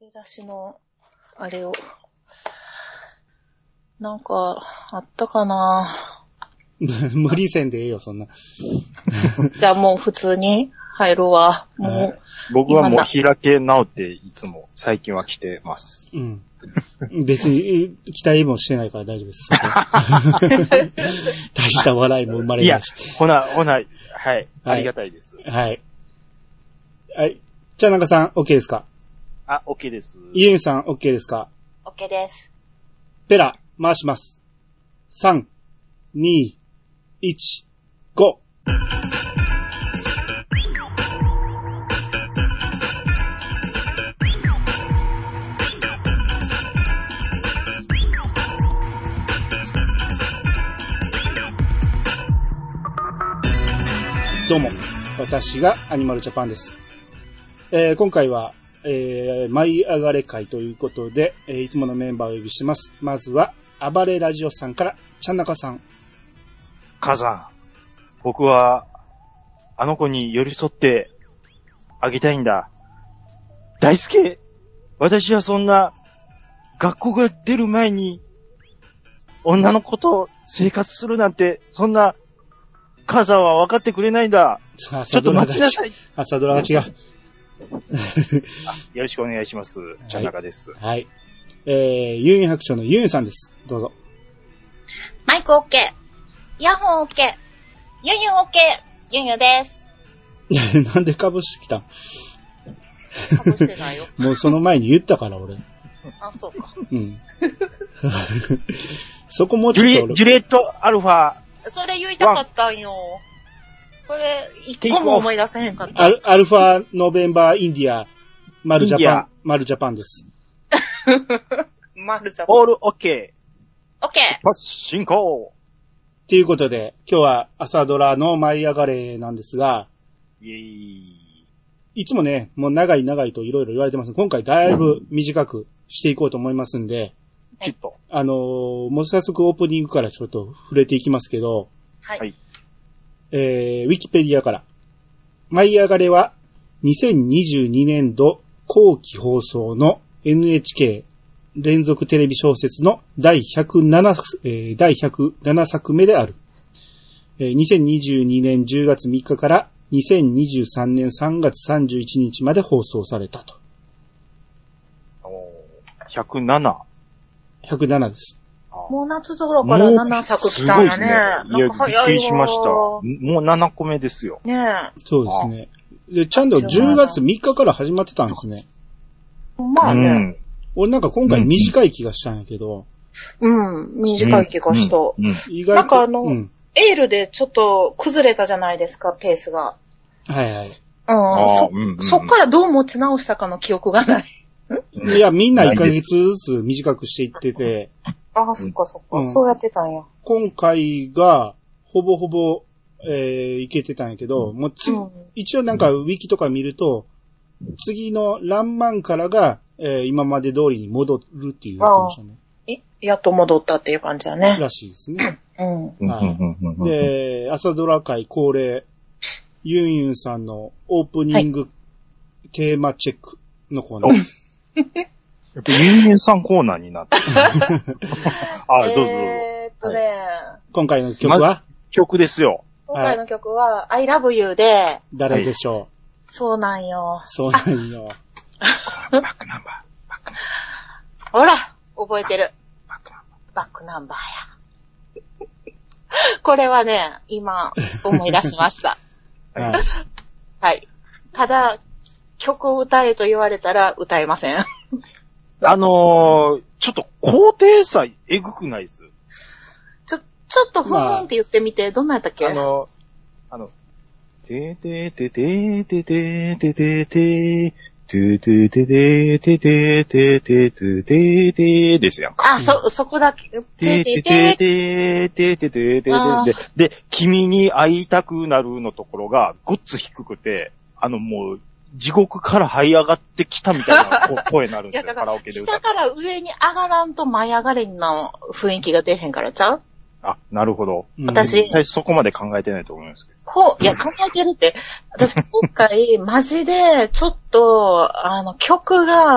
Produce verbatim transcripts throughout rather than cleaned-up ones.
出だしの、あれを、なんか、あったかな無理せんでええよ、そんな。 じゃあもう普通に入るわ。もう、はい、 僕はもう開け直っていつも最近は来てます。 うん。別に期待もしてないから大丈夫です。大した笑いも生まれないし。 いや、ほな、ほな、はい、はい。ありがたいです。 はい。はい。じゃあなんかさん、OK ですか？ あ、OK です。 イエンさん、OK ですか？ OK です。 ペラ、回します。さん、に、いち、ご。どうも、私がアニマルジャパンです。えー、今回は、えー、舞い上がれ会ということで、えー、いつものメンバーをお呼びしてます。まずは、暴れラジオさんから、ちゃんなかさん。 母さん、僕は、あの子に寄り添ってあげたいんだ。大輔、私はそんな、学校が出る前に、女の子と生活するなんて、そんな、母さんは分かってくれないんだ。ちょっと待ちなさい。 朝ドラが違う。 よろしくお願いします。ちゃんなかです。 はい。えー、ユンユン白書のユンユンさんです。どうぞ。 マイク OK。イヤホン OK。ユンユン OK。ユンユンです。 なんでかぶしてきた？ かぶしてないよ。 もうその前に言ったから俺。 あ、そうか。 うん。そこもうちょっと。 ジュリエットアルファ。 それ言いたかったんよ。これ、一個も思い出せへんかった。 アル、アルファノベンバーインディア、マルジャパン、マルジャパンです。 マルジャパン。 オールオッケー。オッケー。 パス進行。 ということで、今日は朝ドラの舞い上がれなんですが、 イェイ。 いつもね、もう長い長いといろいろ言われてます。今回だいぶ短くしていこうと思いますんで、 きっと。 あのー、もう早速オープニングからちょっと触れていきますけど、 はい。 えー、ウィキペディアから。舞い上がれは、にせんにじゅうにねんど後期放送の エヌエイチケー 連続テレビ小説の第ひゃくなな、えー、第ひゃくななさくめである。えー、にせんにじゅうにねんじゅうがつみっかからにせんにじゅうさんねんさんがつさんじゅういちにちまで放送されたと。 ひゃくなな。 ひゃくななです。 もう夏空からななさく来たんやね。すごいですね。 いや、びっくりしました。もうななこめですよ。 ねえ。 そうですね。で、ちゃんとじゅうがつみっかから始まってたんですね。 まあね。うん、 俺なんか今回短い気がしたんやけど。 うん、うん、短い気がした。うんうん、 意外となんかあの、うん、エールでちょっと崩れたじゃないですか、ペースが。 はいはい。 うん、そ、うんうん、そっからどう持ち直したかの記憶がない。 いや、みんないっかげつずつ短くしていってて。 ああ、そっかそっか、うん。そうやってたんや。 今回が、ほぼほぼ、えー、いけてたんやけど、もうつ、うん、一応なんかウィキとか見ると、次のランマンからが、えー、今まで通りに戻るっていうことでしたね。 え、やっと戻ったっていう感じだね。 らしいですね。 うん。 はい。で、朝ドラ会恒例、ユンユンさんのオープニングテーマチェックのコーナーです。 やっぱユンユンさんコーナーになってあ、どうぞどうぞ。 えーっとね、はい、 今回の曲は、ま、 曲ですよ。 今回の曲は、はい、I love you で、 誰でしょう、はい、 そうなんよ。 そうなんよ。 バックナンバー。バックナンバー。ほら、覚えてる。バックナンバー。バックナンバーや。これはね、今、思い出しました。はい。はい。ただ、曲を歌えと言われたら歌えません。 あのー、ちょっと高低差えぐくないです？ ちょ、ちょっとふんふんって言ってみて、どんなやったっけ？ あの、あの、てーてーてーてーてーてーてーてーてーてーてーてーてーてーてーてーてーてーてーですやんか。 あ、そ、そこだけ。 てーてーてーてーてーてーてーてーてーで、君に会いたくなるのところがごっつ低くて、あのもう、地獄から這い上がってきたみたいな声になるんですよ、カラオケで歌って。 下から上に上がらんと舞い上がれの雰囲気が出へんからちゃう？ あ、なるほど。 私、 実際そこまで考えてないと思いますけど。 こう、いや、考えてるって、私今回、マジで、ちょっと、あの、曲が、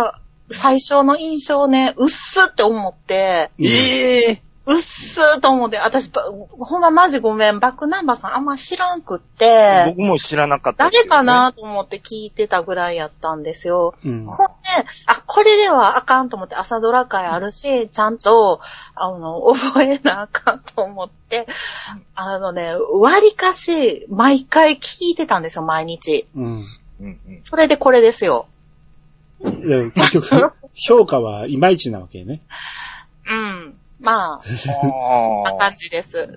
最初の印象ね、うっすって思って、 ええうっすーと思って、私、ほんまマジごめん、バックナンバーさんあんま知らんくって、 僕も知らなかったですよね。 誰かなと思って聞いてたぐらいやったんですよ。 うん、 ほんで、あ、これではあかんと思って朝ドラ会あるし、ちゃんと、あの、覚えなあかんと思って、あのね、割かし、毎回聞いてたんですよ、毎日。 うん。 うんうん、それでこれですよ。 結局、評価はいまいちなわけね。 うん。まあ、こんな感じです。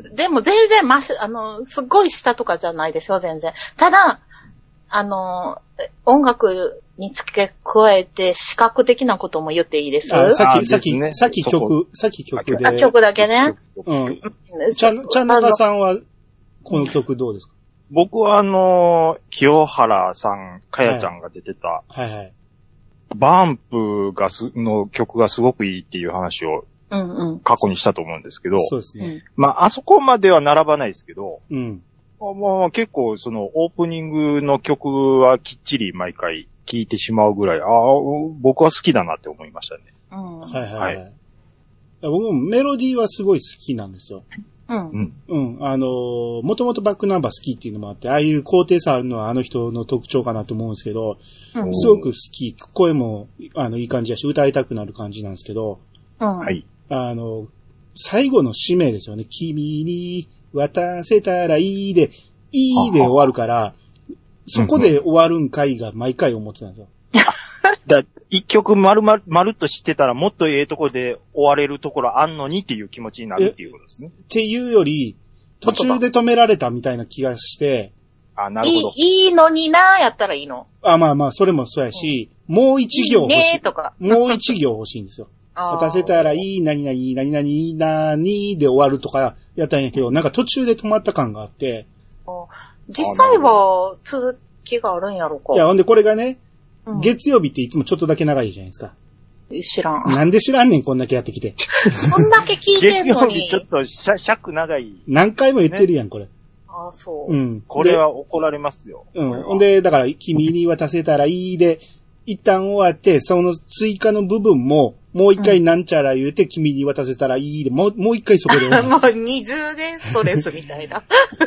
でも全然まし、あの、すごい下とかじゃないですよ、全然。ただ、あの、音楽に付け加えて視覚的なことも言っていいですあさっき、さっき、さっき曲、さっき曲で。 あ、曲だけね。 うん。ちゃん、ちゃんなかさんは、この曲どうですか？ 僕はあの、清原さん、かやちゃんが出てた、 はい、はいはいバンプがす、の曲がすごくいいっていう話を、 うんうん、 過去にしたと思うんですけど、 そうですね。 まあ、あそこまでは並ばないですけど、 うん。 まあ、結構、その、オープニングの曲はきっちり毎回聴いてしまうぐらい、ああ、僕は好きだなって思いましたね。 うん。 はいはいはい。はい、僕もメロディーはすごい好きなんですよ。 うん。 うん。あのー、もともとバックナンバー好きっていうのもあって、ああいう高低差あるのはあの人の特徴かなと思うんですけど、うん、すごく好き。声も、あの、いい感じだし、歌いたくなる感じなんですけど、 うん。はい。 あの、最後の使命ですよね。君に渡せたらいいで、いいで終わるから、そこで終わるんかいが毎回思ってたんですよ。 だ一曲丸々、まるっと知ってたらもっとええところで終われるところあんのにっていう気持ちになるっていうことですね。 っていうより、途中で止められたみたいな気がして、 あ、なるほど。 いい、いいのになーやったらいいの。 あ、まあまあ、それもそうやし、うん、もう一行欲しい。いいねとか。 もう一行欲しいんですよ。渡せたらいい、何々、何々、何で終わるとかやったんやけど、なんか途中で止まった感があって。 実際は続きがあるんやろか。 いや、ほんでこれがね、うん、月曜日っていつもちょっとだけ長いじゃないですか。 知らん。 なんで知らんねん、こんだけやってきて。 そんだけ聞いてんのに。 月曜日ちょっと尺長い。 何回も言ってるやん、これ。 ああ、そう。 うん。 これは怒られますよ。 うん。ほんで、だから、君に渡せたらいいで、一旦終わって、その追加の部分も、もう一回なんちゃら言うて、うん、君に渡せたらいいで、もう、もう一回そこで終わる。 もう二重でストレスみたいな。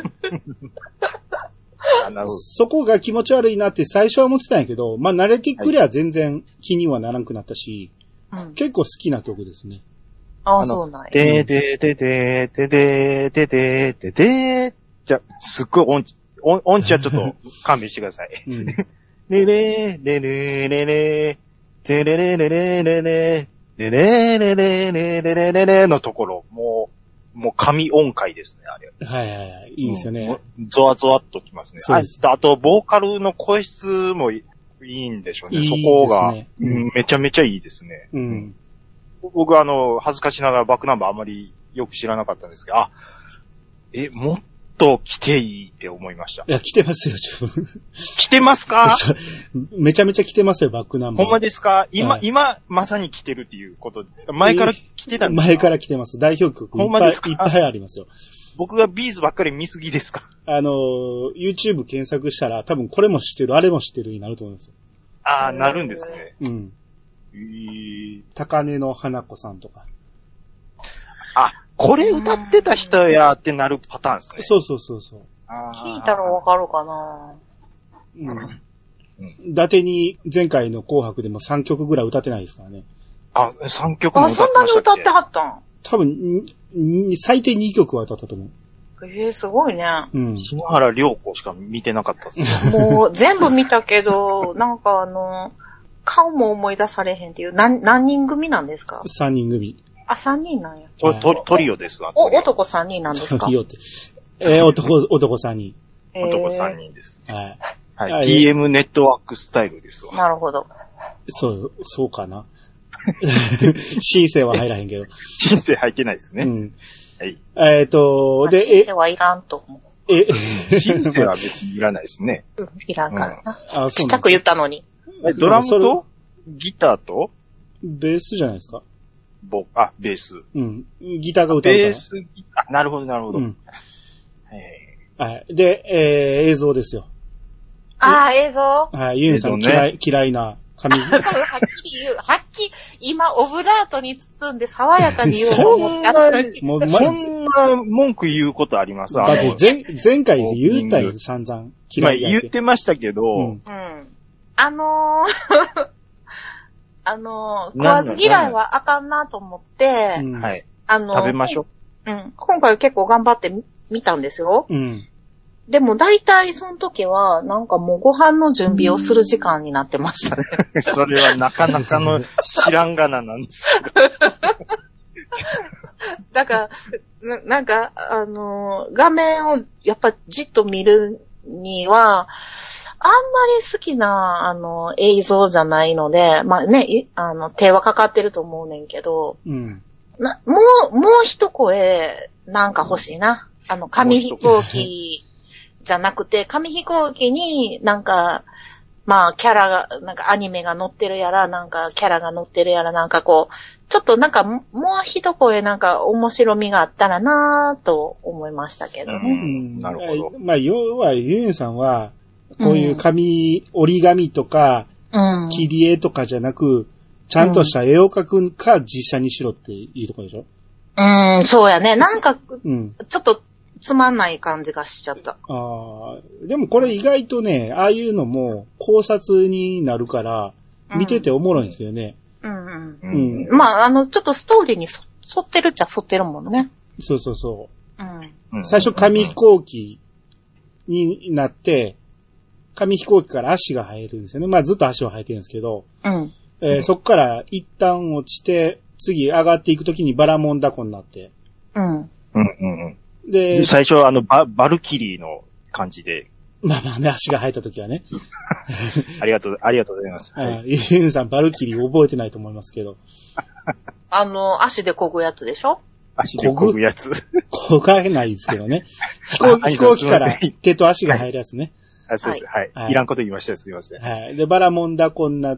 そこが気持ち悪いなって最初は思ってたんやけど、まあ慣れてくりゃ全然気にはならんくなったし、はい、結構好きな曲ですね。 ああ、そうなんや。 でーでーでーでーでーでーでーでーでーじゃ、すっごい音痴、音、音痴はちょっと勘弁してください。うん、レレー、レレー、レレー、テレレレレレレ、レレレレレレレレレのところ、もう、もう神音階ですね、あれ。 はいはいはい。いいですよね。 うん、ゾワゾワっときますね。そうです。あ, あと、ボーカルの声質もいいんでしょうね。いいですね。そこが、うん、めちゃめちゃいいですね。 うん。 僕あの、恥ずかしながらバックナンバーあまりよく知らなかったんですけど、あ、え、もっと来ていいって思いました。 いや、来てますよ、自分。 来てますか？ めちゃめちゃ来てますよ、バックナンバー。 ほんまですか？今、はい、今、まさに来てるっていうことで。前から来てたんですか？ 前から来てます。代表曲いっぱい、いっぱいありますよ。 僕がビーズばっかり見すぎですか？ あの、YouTube 検索したら多分これも知ってる、あれも知ってるになると思いますよ。 ああ、なるんですね。 うん。 えー、 高根の花子さんとか。 あ、これ歌ってた人やってなるパターンですね。 そうそうそうそう。 聞いたらわかるかな。 うん。伊達に前回の紅白でもさんきょくぐらい歌ってないですからね。 あ、さんきょくも歌ってましたっけ？ あ、そんなに歌ってはったん？ 多分、最低にきょくは歌ったと思う。 ええー、すごいね。 うん。 篠原涼子しか見てなかったっす。 もう全部見たけど、なんかあの、顔も思い出されへんっていう、何、何人組なんですか？ さんにん組。 あ、さんにんなんや。 ト, ト, トリオですわ。 お、男さんにんなんですか？ トリオって。えー、男、男さんにん。 えー、 男さんにんです。 はい。 はい。ティーエム ネットワークスタイルですわ。 なるほど。 そう、そうかな。シンセは入らへんけど。 シンセ入ってないですね。 うん。 はい。 えっ、ー、と、で、 シンセはいらんと思う。 え、 シンセは別にいらないですね。 うん、いらんからな。 うん、あ、そうちっちゃく言ったのに。 え、ドラムとギターとベースじゃないですか？ ボ、あ、ベース。 うん。ギターが歌うから。 ベース、あ、なるほど、なるほど。うん。 はい。で、えー、映像ですよ。 ああ、映像？ はい。ユンさん、ね、嫌い、嫌いな髪。 はっきり言う、はっき今、オブラートに包んで爽やかに言うと思ってあったのに。 もう、 そんな文句言うことありますだって前、前回言ったよ、散々。 まあ言ってましたけど、 うん。 うん。あのー、あのー、食わず嫌いはあかんなと思って、 うんはい。 あのー、 食べましょう。うん。今回結構頑張ってみ見たんですよ。 うん。 でも大体その時は、なんかもうご飯の準備をする時間になってましたね。 それはなかなかの知らんがななんですけど。 だから、な, なんか、あのー、画面をやっぱじっと見るには、あんまり好きな、あの、映像じゃないので、まあね、あの、手はかかってると思うねんけど、 うん。 な、もう、もう一声、なんか欲しいな。あの、紙飛行機じゃなくて、紙飛行機になんか、まあ、キャラが、なんかアニメが載ってるやら、なんかキャラが載ってるやら、なんかこう、ちょっとなんか、もう一声なんか面白みがあったらなぁと思いましたけどうね。 んなるほど。 まあ、要は、ゆうさんは、こういう紙、折り紙とか、 うん。 切り絵とかじゃなく、ちゃんとした絵を描くか実写にしろっていうところでしょ？ うん、そうやね。なんか、 うん。 ちょっとつまんない感じがしちゃった。 ああ、でもこれ意外とね、ああいうのも考察になるから、見てておもろいんですけどね。 うんうん。 うん。 まあ、あの、ちょっとストーリーにそ沿ってるっちゃ沿ってるもんね。 そうそうそうん。 う。最初紙飛行機になって、紙飛行機から足が生えるんですよね。まあずっと足は生えてるんですけど、 うん。 えーそこから一旦落ちて、次上がっていくときにバラモンダコになって。 うん。 うんうんうん。 で、 最初はあのバ、バルキリーの感じで。 まあまあね、足が生えたときはね。 ありがとう、ありがとうございます。 はい。ユンさん、バルキリー覚えてないと思いますけど。 あの、足で漕ぐやつでしょ？ 足で漕ぐやつ。 こがないですけどね。飛行飛行機から手と足が入るやつね。 あ、そうです。はい。 はいいらんこと言いました。すいません。 はい。で、バラモンダコになって、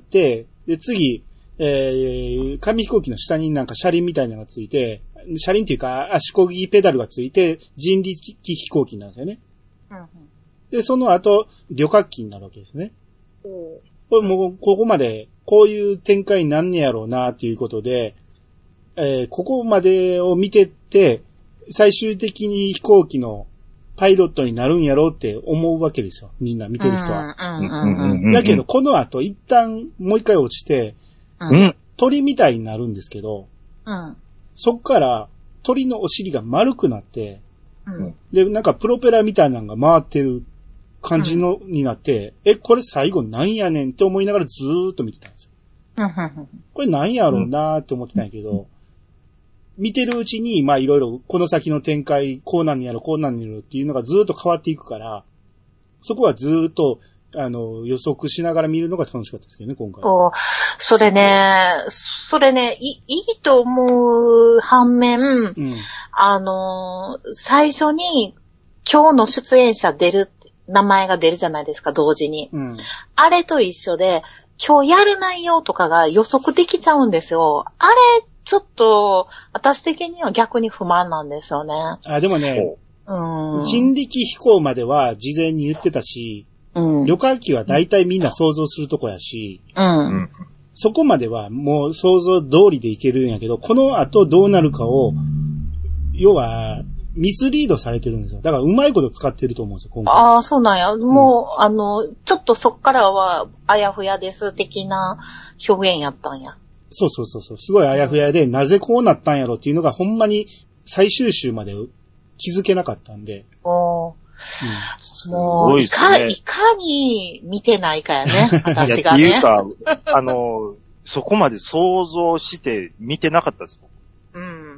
で、次、えー、紙飛行機の下になんか車輪みたいなのがついて、車輪っていうか足漕ぎペダルがついて、人力飛行機になるんですよね。 うんうん。 で、その後、旅客機になるわけですね。 おこれもう、ここまで、こういう展開になんねやろうな、っていうことで、えー、ここまでを見てって、最終的に飛行機のパイロットになるんやろうって思うわけですよ。みんな見てる人は。 うんうんうん。 だけど、この後、一旦もう一回落ちて、 うん。 うん。 鳥みたいになるんですけど、 うん。 そっから鳥のお尻が丸くなって、 うん。 で、なんかプロペラみたいなのが回ってる感じの、になって、え、これ最後なんやねんって思いながらずーっと見てたんですよ。 うん。 これなんやろうなーって思ってたんやけど、見てるうちに、まあいろいろこの先の展開、こうなんやろ、こうなんやろっていうのがずーっと変わっていくから、そこはずーっと、あの、予測しながら見るのが楽しかったですけどね、今回。 おそれね、それね、いい、いいと思う反面、 うん。 あのー、最初に今日の出演者出る、名前が出るじゃないですか、同時に。 うん。 あれと一緒で、今日やる内容とかが予測できちゃうんですよ。あれ、ちょっと、私的には逆に不満なんですよね。 あ、でもね、 うん。 人力飛行までは事前に言ってたし、 うん。 旅客機は大体みんな想像するとこやし、 う。 うんん。 そこまではもう想像通りでいけるんやけど、この後どうなるかを、要は、ミスリードされてるんですよ。だからうまいこと使ってると思うんですよ、今回。 ああ、そうなんや。もう、あの、ちょっとそっからは、あやふやです的な表現やったんや。 そうそうそうそう。すごいあやふやで、なぜこうなったんやろっていうのがほんまに最終週まで気づけなかったんで。 おーうん、 もう、いか、いかに見てないかやね、私がね。 いや、っていうか、あの、そこまで想像して見てなかったです。 うん。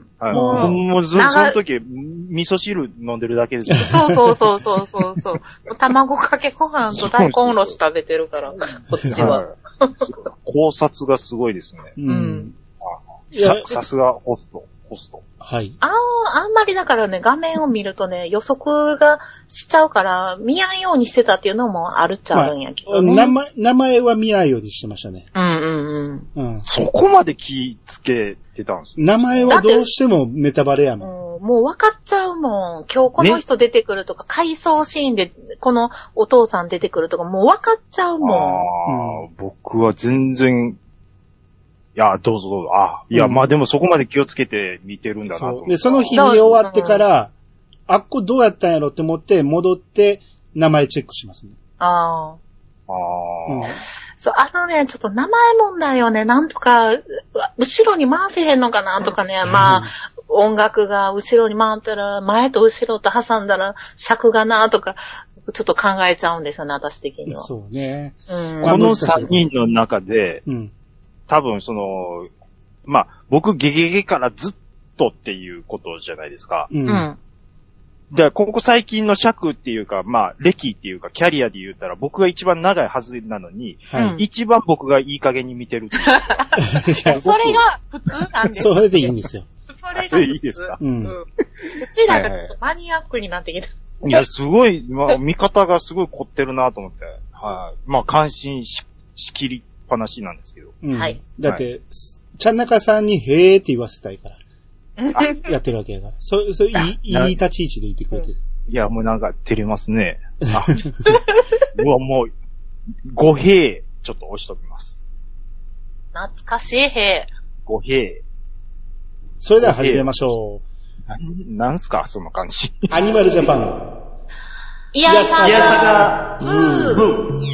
はい。 もうもうず、その時、味噌汁飲んでるだけですよ。 そうそうそうそうそうそう。卵かけご飯と大根おろし食べてるから、こっちは。 はい考察がすごいですね。 うん。 うんいやさ、さすがホスト、ホスト。 はい。 ああ、あんまりだからね、画面を見るとね、予測がしちゃうから、見やんようにしてたっていうのもあるっちゃあるんやけどね。 まあ、名前、名前は見ないようにしてましたね。 うんうんうん。 うん。 そこまで気つけてたんですよ。 名前はどうしてもネタバレやもん。 うんもう分かっちゃうもん。今日この人出てくるとか、回想シーンでこのお父さん出てくるとか、もう分かっちゃうもん。 ああ、僕は全然や、どうぞどうぞ。あ、いや、 うんまあでもそこまで気をつけて見てるんだなと思って。 そう。で、その日見終わってから、あっこどうやったんやろって思って戻って名前チェックしますね。 ああ。 ああ、 うん。 そう、あのね、ちょっと名前問題をね、なんとか、うわ後ろに回せへんのかなとかね、まあ、音楽が後ろに回ったら、前と後ろと挟んだら尺がなとか、ちょっと考えちゃうんですよね、私的には。 そうね。 うん。 このさんにんの中で、 うん。 多分その、まあ、僕ゲゲゲからずっとっていうことじゃないですか。 う。 うんん。 で、ここ最近の尺っていうか、まあ、歴っていうか、キャリアで言ったら僕が一番長いはずなのに、 はい。 うん一番僕がいい加減に見てるっていう。 それが普通なんですよ。 それでいいんですよ。 それが普通。 それいいですかうんうちらがちょっとマニアックになってきた。 いや、すごい、まあ、見方がすごい凝ってるなと思って。はい。まあ、感心し、しきりっぱなしなんですけど。 うん。 はいだって、ちゃんなかさんにへーって言わせたいから。やってるわけやから。そ、そ、いい、いい立ち位置でいてくれてる。 いや、もうなんか照れますね。あうわ、もう、ご兵、ちょっと押しときます。 懐かしい兵。 ご兵。 それでは始めましょなん、なんすか、その感じ。 う。アニマルジャパン。 いやさいやさが、ブー。 ブー。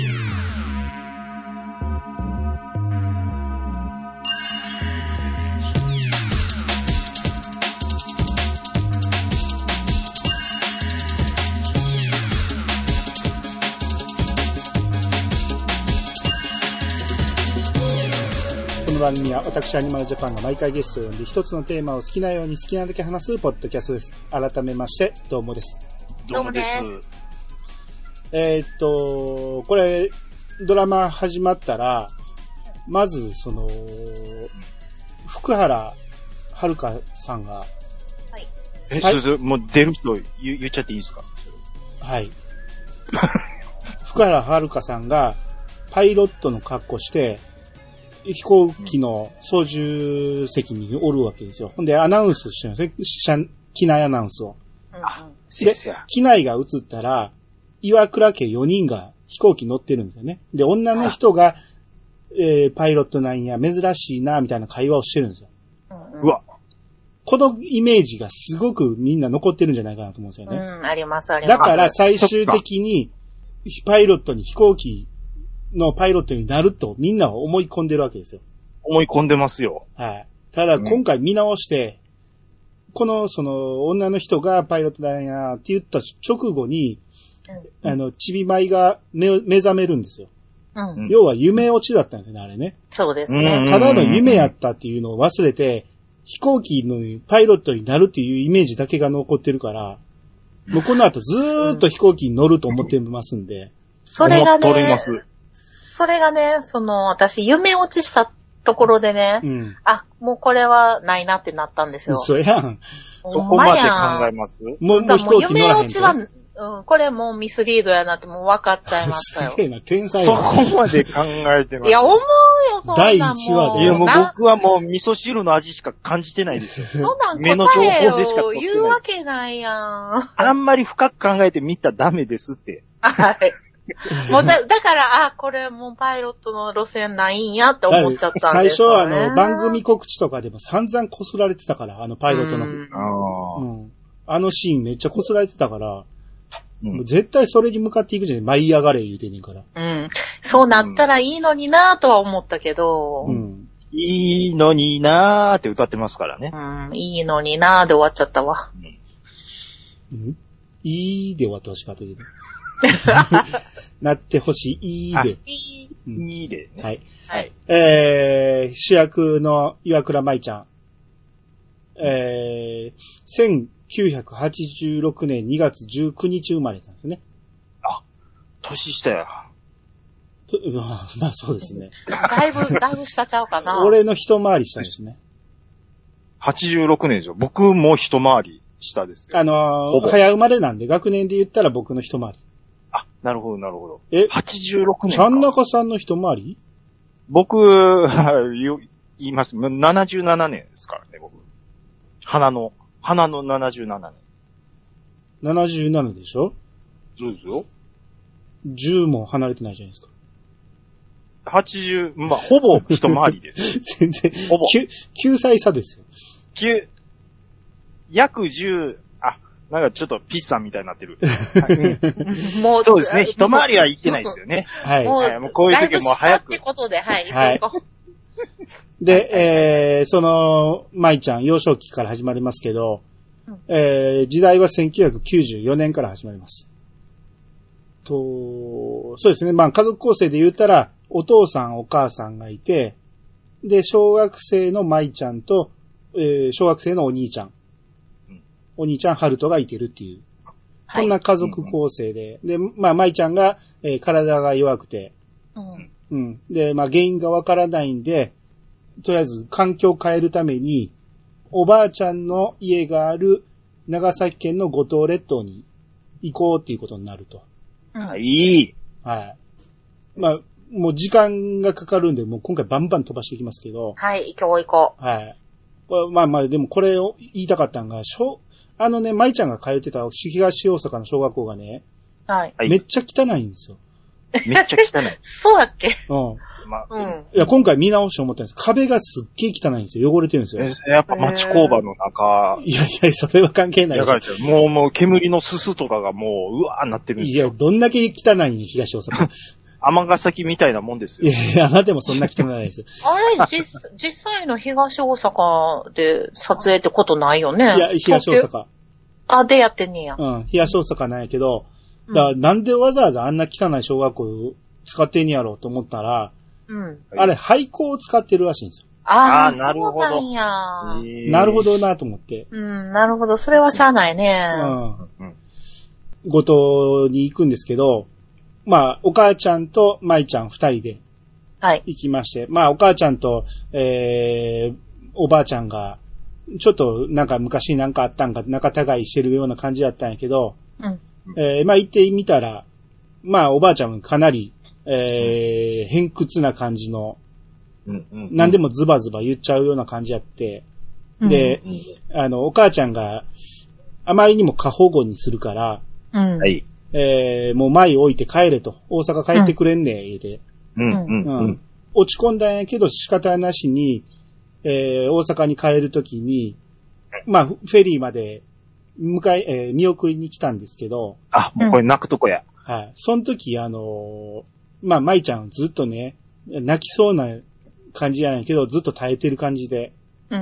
この番組は私アニマルジャパンが毎回ゲストを呼んで一つのテーマを好きなように好きなだけ話すポッドキャストです。改めましてどうもです。 どうもです。 えーっと、これドラマ始まったらまずその福原遥さんがえ、 はいそれ、もう出る人言言っちゃっていいですか？ はい福原遥さんがパイロットの格好して飛行機の操縦席におるわけですよ。ほんでアナウンスしてるんですね。機内アナウンスを。 あ、せでやせや。 機内が映ったら、岩倉家よにんが飛行機乗ってるんですよね。で、女の人が、えー、パイロットなんや、珍しいな、みたいな会話をしてるんですよ。 うんうわ、 このイメージがすごくみんな残ってるんじゃないかなと思うんですよね。 うん、あります、あります。 だから最終的に、パイロットに飛行機のパイロットになるとみんなは思い込んでるわけですよ。 思い込んでますよ。 はい。ただ今回見直して、このその女の人がパイロットだなって言った直後に、 うんあの、ちびまいが目目覚めるんですよ。 うん、 要は夢落ちだったんですよね、あれね。 そうですうんね。 ただの夢やったっていうのを忘れて、飛行機のパイロットになるっていうイメージだけが残ってるから、もうこの後ずーっと飛行機に乗ると思ってますんで。 それが思っとりまね、 す。 それがね、その、私、夢落ちしたところでね、 うん。 あ、もうこれはないなってなったんですよ。 嘘やん。 そこまで考えますもう、もう飛だからもう行機乗らへんと。 夢落ちは、うん、これもうミスリードやなってもう分かっちゃいましたよす。げえな、天才そやな。 こまで考えてます。 いや、思うよ、そんなんもう。 第一話でいや、もうな僕はもう味噌汁の味しか感じてないですよ。 そんなん目の答え情報でしかを取ってない言うわけないやん。 あんまり深く考えてみたらダメですって。 はい。もうだ、だから、あ、これもうパイロットの路線ないんやって思っちゃったん最初ですよ、ね。 はあの、番組告知とかでも散々こすられてたから、あのパイロットの。 うんあうん。あのシーンめっちゃこすられてたから、 うんもう絶対それに向かっていくじゃん。舞い上がれ言うてんねんから。 うん。そうなったらいいのになとは思ったけど、 ううん、 ん。 いいのになーって歌ってますからね。 いいのになで終わっちゃったわ。 うんいいで終わってほしかったけど。なってほしい、いいで。 いい。 うんいいでね。 はい。 はい。 えー、主役の岩倉舞ちゃん。えー、せんきゅうひゃくはちじゅうろくねんにがつじゅうくにち生まれたんですね。 年下や。 とまあ、まあそうですね。 だいぶ、だいぶ下ちゃうかな。 俺の一回りしたんですね。 はちじゅうろくねんでしょ。僕も一回り下ですよ。 あのー、 ほぼ早生まれなんで、学年で言ったら僕の一回り。 あ、なるほど、なるほど。 え、 はちじゅうろくねんちゃんか。 なかさんの一回り僕、言言います。ななじゅうななねんですからね、僕。花の、花のななじゅうななねん。 ななじゅうななでしょ ? そうですよ。 じゅう も離れてないじゃないですか。 はちじゅう、まあ、ほぼ一回りですよ。 全然、 ほぼ。 きゅきゅうさい差ですよ。 きゅう、約じゅう、あ、なんかちょっとピッサンみたいになってる。 もう、 そうですね。一回りは行ってないですよね。 はい。 もう、 はい、もうこういう時はもう早く。 ってことで、はい、 はい行こう。 で、えー、その、舞ちゃん、幼少期から始まりますけど、 うんえー、時代はせんきゅうひゃくきゅうじゅうよねんから始まります。と、そうですね。まあ、家族構成で言ったら、お父さん、お母さんがいて、で、小学生の舞ちゃんと、えー、小学生のお兄ちゃん。 うん、 お兄ちゃん、春人がいてるっていう。 はい、 こんな家族構成で。で、まあ、舞ちゃんが、えー、体が弱くて、 うん。 うん。で、まあ、原因がわからないんで、とりあえず環境を変えるために、おばあちゃんの家がある長崎県の五島列島に行こうっていうことになると。 うん、いい。 はい。まあ、もう時間がかかるんで、もう今回バンバン飛ばしていきますけど。 はい、行こう行こう。はい。まあまあ、でもこれを言いたかったのが、小、あのね、舞ちゃんが通ってた東大阪の小学校がね、 はい。 めっちゃ汚いんですよ。 めっちゃ汚い。 そうやっけうん。 まあ、 うん。 いや、今回見直して思ったんです。壁がすっげえ汚いんですよ。汚れてるんですよ。 やっぱ町工場の中。 いやいや、それは関係ないです。 もう、もう煙のすすとかがもう、うわーなってるんですよ。 いや、どんだけ汚いに東大阪。 尼崎みたいなもんですよ。 いやいや、あなたもそんな汚いです。 あれ、実、実際の東大阪で撮影ってことないよね。 いや、東大阪。 あ、でやってんねや。 うん、東大阪なんやけど、だからなんでわざわざあんな汚い小学校を使ってんやろうと思ったら、 うん。 あれ、廃校を使ってるらしいんですよ。 ああ、 なるほど。 そうなんや。 なるほどなと思って。 うん、なるほど。それはしゃあないね。 うん。五島に行くんですけど、まあ、お母ちゃんと舞ちゃん二人で行きまして、はい、まあ、お母ちゃんと、えー、おばあちゃんが、ちょっとなんか昔なんかあったんか仲違いしてるような感じだったんやけど、うん、えー、まあ行ってみたら、まあおばあちゃんかなり、えー、偏屈な感じの、うんうんうん、何でもズバズバ言っちゃうような感じやって、で、うんうん、あの、お母ちゃんがあまりにも過保護にするから、うん、えー、もう前置いて帰れと、大阪帰ってくれんねん、言うて、うんうんうん。落ち込んだんやけど仕方なしに、えー、大阪に帰るときに、まあ、フェリーまで、迎え、えー、見送りに来たんですけど。 あ、もうこれ泣くとこや。 はい。その時、あのー、まあ、舞ちゃんずっとね、泣きそうな感じやないけど、ずっと耐えてる感じで。うん。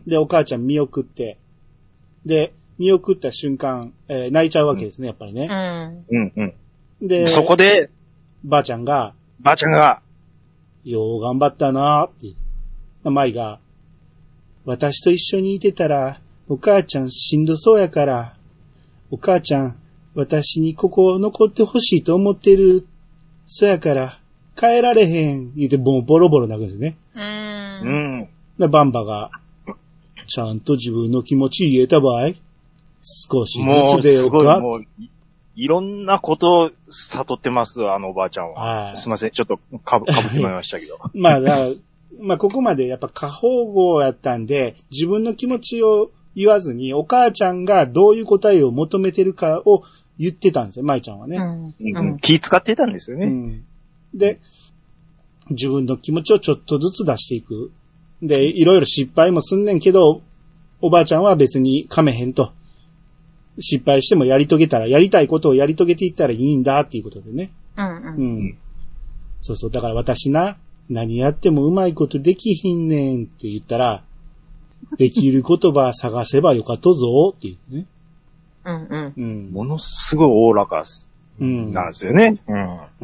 で、お母ちゃん見送って、で、見送った瞬間、えー、泣いちゃうわけですね、やっぱりね。うん。うんうん。で、 そこで、 ばあちゃんが、 ばあちゃんが、 よう頑張ったなーって、舞が、私と一緒にいてたら、お母ちゃんしんどそうやから、お母ちゃん、私にここ残ってほしいと思ってる。そやから、帰られへん。言うて、もうボロボロ泣くんですね。うーん。で、バンバが、ちゃんと自分の気持ち言えた場合、少しずつでよか。 もう、い, いろんなことを悟ってます、あのおばあちゃんは。すいません、ちょっとかぶ、かぶってもらいましたけど。 まあ、だからまあ、ここまでやっぱ過保護やったんで、自分の気持ちを言わずに、お母ちゃんがどういう答えを求めてるかを言ってたんですよ、舞ちゃんはね。うんうん、気使ってたんですよね、うん。 で、自分の気持ちをちょっとずつ出していく。で、いろいろ失敗もすんねんけど、おばあちゃんは別に噛めへんと。失敗してもやり遂げたら、やりたいことをやり遂げていったらいいんだっていうことでね。うんうん。うん。そうそう、だから私な、何やってもうまいことできひんねんって言ったら、できる言葉探せばよかったぞっていうね。 うんうん。 うん。ものすごいおおらかなんですよね。うん。うん。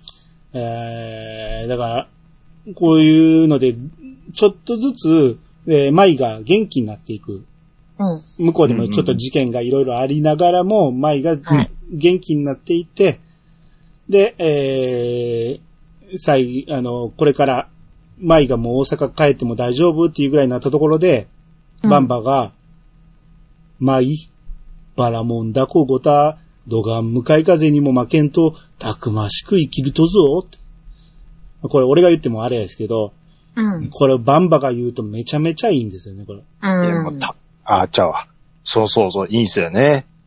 えー、だから、こういうので、ちょっとずつ、えー、舞が元気になっていく。うん。向こうでもちょっと事件がいろいろありながらも、舞が元気になっていって、で、えー、最後、あの、これから、舞がもう大阪帰っても大丈夫っていうぐらいになったところで、うん、バンバが、舞、バラモンダコゴタ、ドガン向かい風にも負けんと、たくましく生きるとぞ。これ俺が言ってもあれですけど、うん、これバンバが言うとめちゃめちゃいいんですよね、これ。 うん。 あ、ちゃうわ。そうそうそう、いいんですよね。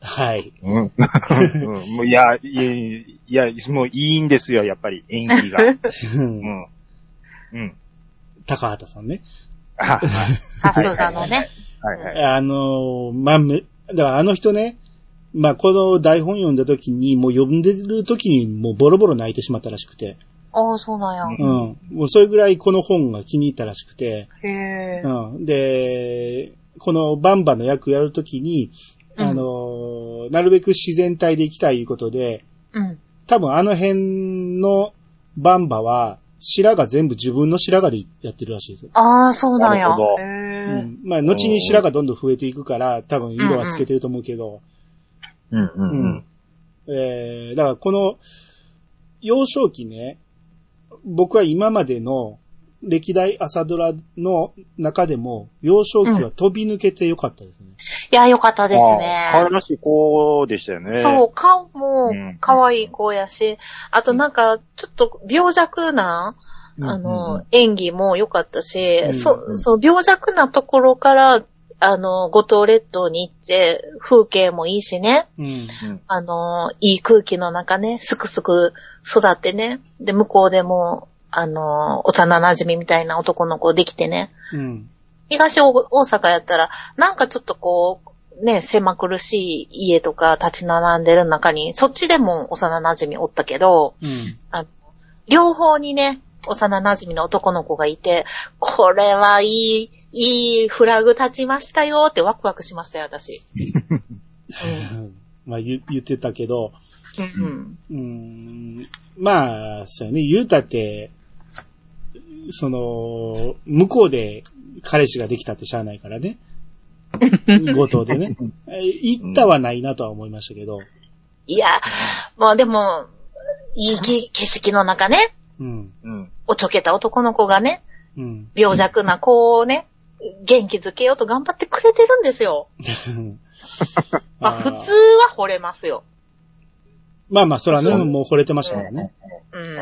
はい。 うん。うん、もういや、いや、いや、もういいんですよ、やっぱり演技が。うん。うん。 高畑さんね。 あ、はい。 さすがのね。 はいはい。 あのー、まあ、め、だからあの人ね、まあ、この台本読んだ時に、もう読んでる時にもうボロボロ泣いてしまったらしくて。 ああ、そうなんや。 うん。もうそれぐらいこの本が気に入ったらしくて。 へえ。 うん。で、このバンバの役やるときに、あのーうん、なるべく自然体で行きたいいうことで、 うん。 多分あの辺のバンバは、白髪全部自分の白髪でやってるらしいですよ。 ああ、そうなんや。 なるほど。 へえ。 うん。まあ、後に白髪どんどん増えていくから、多分色はつけてると思うけど。 うんうんうん。うん、 えー、だからこの、幼少期ね、僕は今までの歴代朝ドラの中でも、幼少期は飛び抜けてよかったですね。うん、いや、よかったですね。 可愛らしい子でしたよね。 そう、顔も可愛い子やし、うん、あとなんか、ちょっと病弱な、うん、あの、うん、演技も良かったし、うん、そ、そう、病弱なところから、あの、五島列島に行って、風景もいいしね。うん、あの、いい空気の中ね、すくすく育ってね。で、向こうでも、あの、幼馴染みたいな男の子できてね。うん、東大阪やったら、なんかちょっとこう、ね、狭苦しい家とか立ち並んでる中に、そっちでも幼馴染みおったけど、うん、あの両方にね、幼馴染の男の子がいて、これはいい、いいフラグ立ちましたよってワクワクしましたよ、私。うん、 まあ言、言ってたけど、 うんうん、まあ、そうやね、言うたって、その、向こうで彼氏ができたってしゃあないからね。五島でね。行ったはないなとは思いましたけど。 いや、まあでも、いい景色の中ね。うん。おちょけた男の子がね、うん、病弱な子をね、元気づけようと頑張ってくれてるんですよ。まあ普通は惚れますよ。 まあまあ、そらね、もう惚れてましたからね。 うん。うん、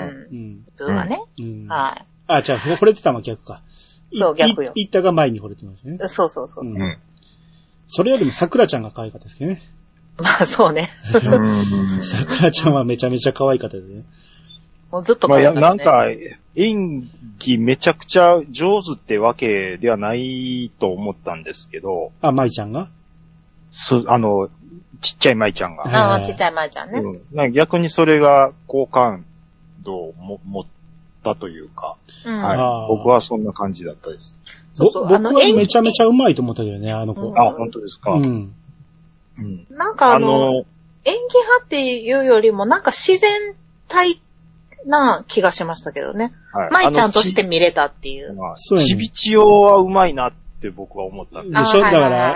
普通はね。うん、はい。 あ、じゃあ、惚れてたのは逆か。 そう、逆よ。 いったが前に惚れてましたね。 そうそうそうそう、うん。 それよりも桜ちゃんが可愛かったですけどね。 まあ、そうね。 桜ちゃんはめちゃめちゃ可愛かったですね。 もうずっと可愛かった、ね。 まあ、なんか、演技めちゃくちゃ上手ってわけではないと思ったんですけど。 あ、舞ちゃんがそう、あの、ちっちゃい舞ちゃんが。 ああ、ちっちゃい舞ちゃんね。 うん、逆にそれが好感度をも持ったというか、うん、はい。僕はそんな感じだったです。 そうそう、僕はめちゃめちゃうまいと思ったけどね、あの子。うん、 あ、本当ですか。うん。 うん、なんかあの、あの演技派っていうよりもなんか自然体な気がしましたけどね。はい。舞ちゃんとして見れたっていう。 まあ、そうやね。ちびちよはうまいなって僕は思ったんでしょ。だから、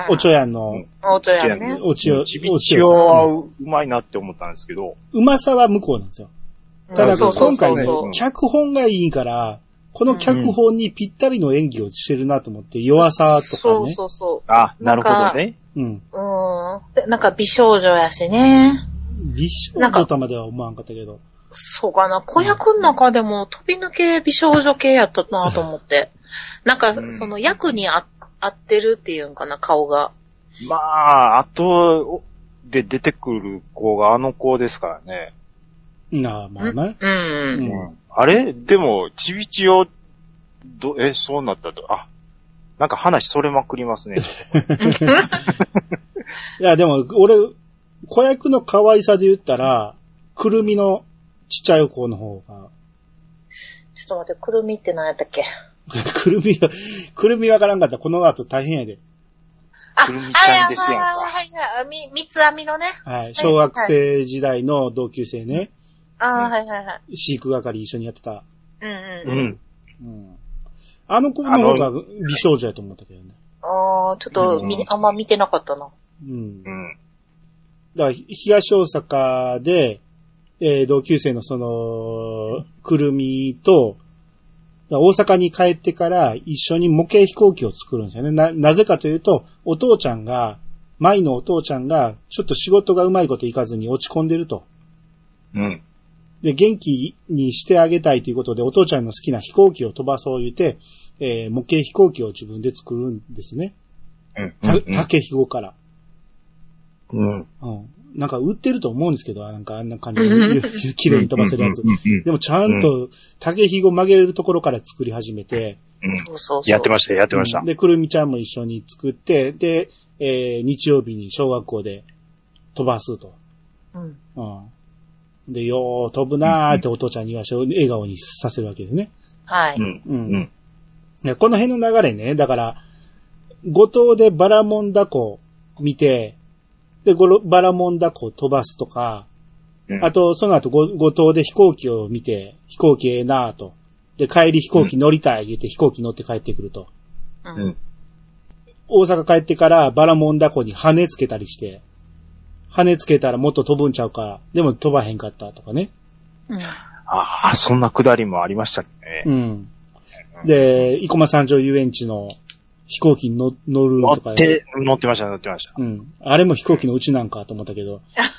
おちょやんの。うん、 おちょやんね。 おちょ、ちびちよはうまいなって思ったんですけど。 うまさは向こうなんですよ。ただ、今回ね、脚本がいいから、この脚本にぴったりの演技をしてるなと思って、弱さとかね。 そうそうそう。 あ、なるほどね。 うん。うん。で、なんか美少女やしね。 美少女とまでは思わんかったけど。 そうかな。子役の中でも飛び抜け美少女系やったなと思って。なんか、その役にあ合ってるっていうんかな、顔が。 まあ、後で出てくる子があの子ですからね。 なあ、まあね。 うん。うんうん、あれでも、ちびちよ、ど、え、そうなったと。あ、なんか話それまくりますね。 いや、でも、俺、子役の可愛さで言ったら、くるみのちっちゃい子の方が。 ちょっと待って、くるみって何やったっけ？ くるみ、くるみわからんかったらこの後大変やで。 くるみちゃんですやんか。 はいはいはい。み、三つ編みのね。 はい。小学生時代の同級生ね。 ああ、はいはいはい。 飼育係一緒にやってた。 うんうんうん。 うん。あの子の方が美少女やと思ったけどね。 ああ、ちょっと、うん、あんま見てなかったな。 うん。うん。だから、東大阪で、えー、同級生のその、くるみと、大阪に帰ってから一緒に模型飛行機を作るんですよね。な、なぜかというと、お父ちゃんが、舞のお父ちゃんが、ちょっと仕事がうまいこといかずに落ち込んでると。 うん。 で、元気にしてあげたいということで、お父ちゃんの好きな飛行機を飛ばそう言って、えー、模型飛行機を自分で作るんですね。 うん。 た、竹ひごから。 うん。 うん。なんか売ってると思うんですけど、なんかあんな感じで綺麗に飛ばせるやつ。でもちゃんと竹ひご曲げれるところから作り始めて。 うん。そうそうそう。やってました、やってました。 うん、で、くるみちゃんも一緒に作って、で、えー、日曜日に小学校で飛ばすと。うん。うん。で、よー飛ぶなーってお父ちゃんに言わして笑顔にさせるわけですね。 はい。うん。 うん。うん、この辺の流れね、だから、五島でバラモンダコ見て、で、バラモンダコ飛ばすとか、うん、あと、その後、五島で飛行機を見て、飛行機ええなぁと。で、帰り飛行機乗りたい言って飛行機乗って帰ってくると。うん。大阪帰ってからバラモンダコに羽つけたりして、羽つけたらもっと飛ぶんちゃうか、でも飛ばへんかったとかね。 うん。ああ、そんなくだりもありましたね。 うん。で、生駒三条遊園地の飛行機に乗るとか。 乗って、乗ってました、乗ってました。 うん。あれも飛行機のうちなんかと思ったけど。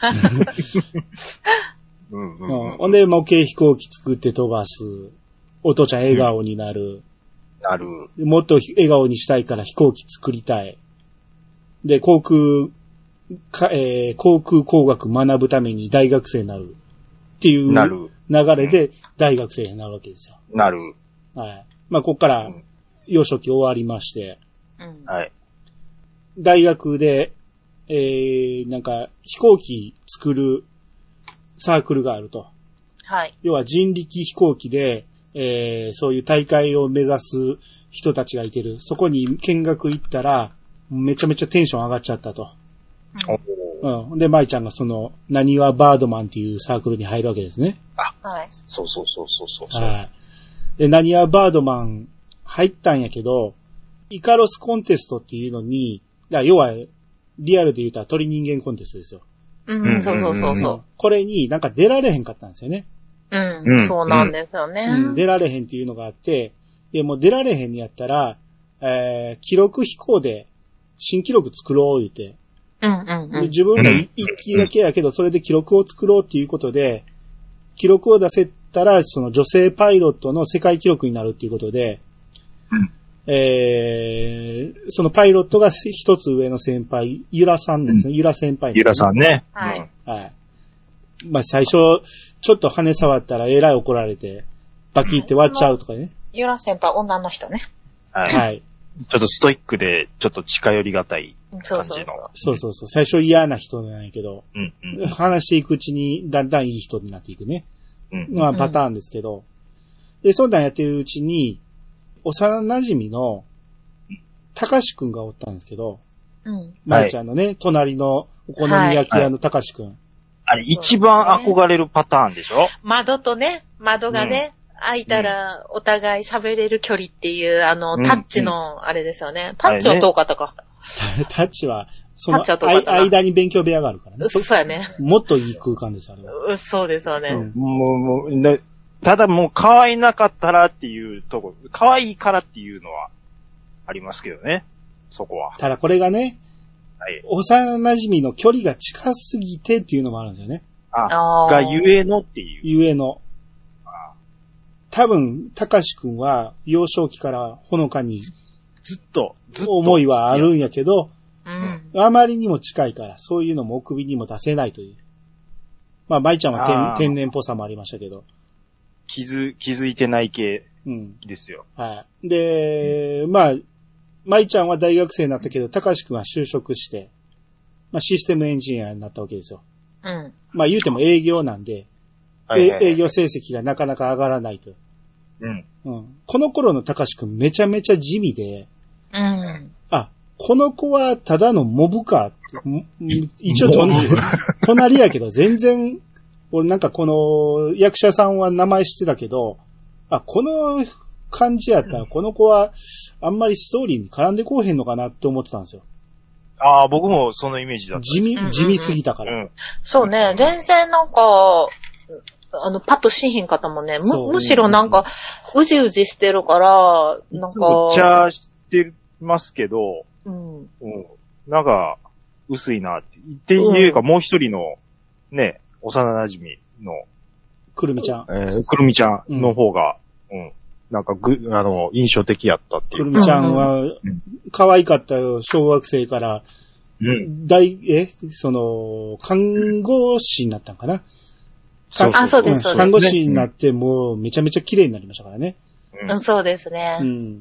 うんうんうん、 ほんで、模型飛行機作って飛ばす。お父ちゃん笑顔になる。 うん、なる。 もっと笑顔にしたいから飛行機作りたい。で、航空、かえー、航空工学学ぶために大学生になる。っていう流れで大学生になるわけですよ。 なる。 はい。まあ、ここから、幼少期終わりまして、 うん、はい。 大学で、えー、なんか、飛行機作るサークルがあると。 はい。 要は人力飛行機で、えー、そういう大会を目指す人たちがいてる。そこに見学行ったら、めちゃめちゃテンション上がっちゃったと。うん。うん。で、舞ちゃんがその、なにわバードマンっていうサークルに入るわけですね。 あ、はい。そうそうそうそうそう。 はい。で、なにわバードマン入ったんやけど、イカロスコンテストっていうのに、要は、リアルで言うたら鳥人間コンテストですよ。 うん、そうそうそうそう。 これになんか出られへんかったんですよね。 うん、うん、そうなんですよね、 うん。出られへんっていうのがあって、で、もう出られへんにやったら、えー、記録飛行で新記録作ろう言って。 うんうんうん、 自分が一機だけやけど、それで記録を作ろうっていうことで、記録を出せたら、その女性パイロットの世界記録になるっていうことで、 うんえー、そのパイロットが一つ上の先輩、ゆらさんですね。ゆら先輩、ね。 ゆらさんね。 はい。 はい。まあ最初、ちょっと羽触ったらえらい怒られて、バキって割っちゃうとかね。 ゆら先輩、女の人ね。 はい。はい。ちょっとストイックで、ちょっと近寄りがたい感じの。そうそうそう。 そうそうそう。最初嫌な人なんやけど、 うんうん、 話していくうちにだんだんいい人になっていくね。 うん、 まあパターンですけど。で、そんなんやってるうちに、幼馴染の、たかしくんがおったんですけど、 うん。 まいちゃんのね、はい、隣のお好み焼き屋のたかしくん。はい、 あれ、一番憧れるパターンでしょ？ 窓とね、窓がね、うん、開いたらお互い喋れる距離っていう、あの、タッチの、あれですよね。うん、タッチは遠かったか。 ね、タッチは、その間に勉強部屋があるからね。 そうやね。 もっといい空間です、あれは。 そうですよね。うん、 もう、もう、ね、ただもう可愛なかったらっていうとこ、可愛いからっていうのはありますけどね。そこは。 ただこれがね、 はい、 幼馴染の距離が近すぎてっていうのもあるんですよね。 あ、がゆえのっていう。 ゆえの。あ多分、たかしくんは幼少期からほのかにずっと、ずっと思いはあるんやけど、 うん、 あまりにも近いから、そういうのもお首にも出せないという。まあ、舞ちゃんは天然っぽさもありましたけど。 気づ、気づいてない系ですよ。 うん、はい。で、うん、まあ、舞ちゃんは大学生になったけど、たかしくんは就職して、まあシステムエンジニアになったわけですよ。 うん。 まあ言うても営業なんで、はいはいはい、営業成績がなかなか上がらないと。 うん。 うん。この頃のたかしくんめちゃめちゃ地味で、 うん。 あ、この子はただのモブか。一応隣、隣やけど全然、俺なんかこの役者さんは名前知ってたけど、あ、この感じやったらこの子はあんまりストーリーに絡んでこうへんのかなって思ってたんですよ。 ああ、僕もそのイメージだった。 地味、地味すぎたから。 うんうん、そうね、全然なんか、あの、パッとしんへんかったもんね。む、むしろなんか、うじうじしてるから、なんか。 むっちゃしてますけど、 うん。うん。 なんか、薄いなって。っていうか、もう一人の、ね、幼馴染の。 くるみちゃん。 えー、くるみちゃんの方が、うん、うん。なんかぐ、あの、印象的やったっていう。 くるみちゃんは、可愛かったよ。小学生から、 うん。 大、え、その、看護師になったんかな。 そうあ、そうです、そうです。 看護師になって、もうめちゃめちゃ綺麗になりましたからね。 うん、そうですね。 うん。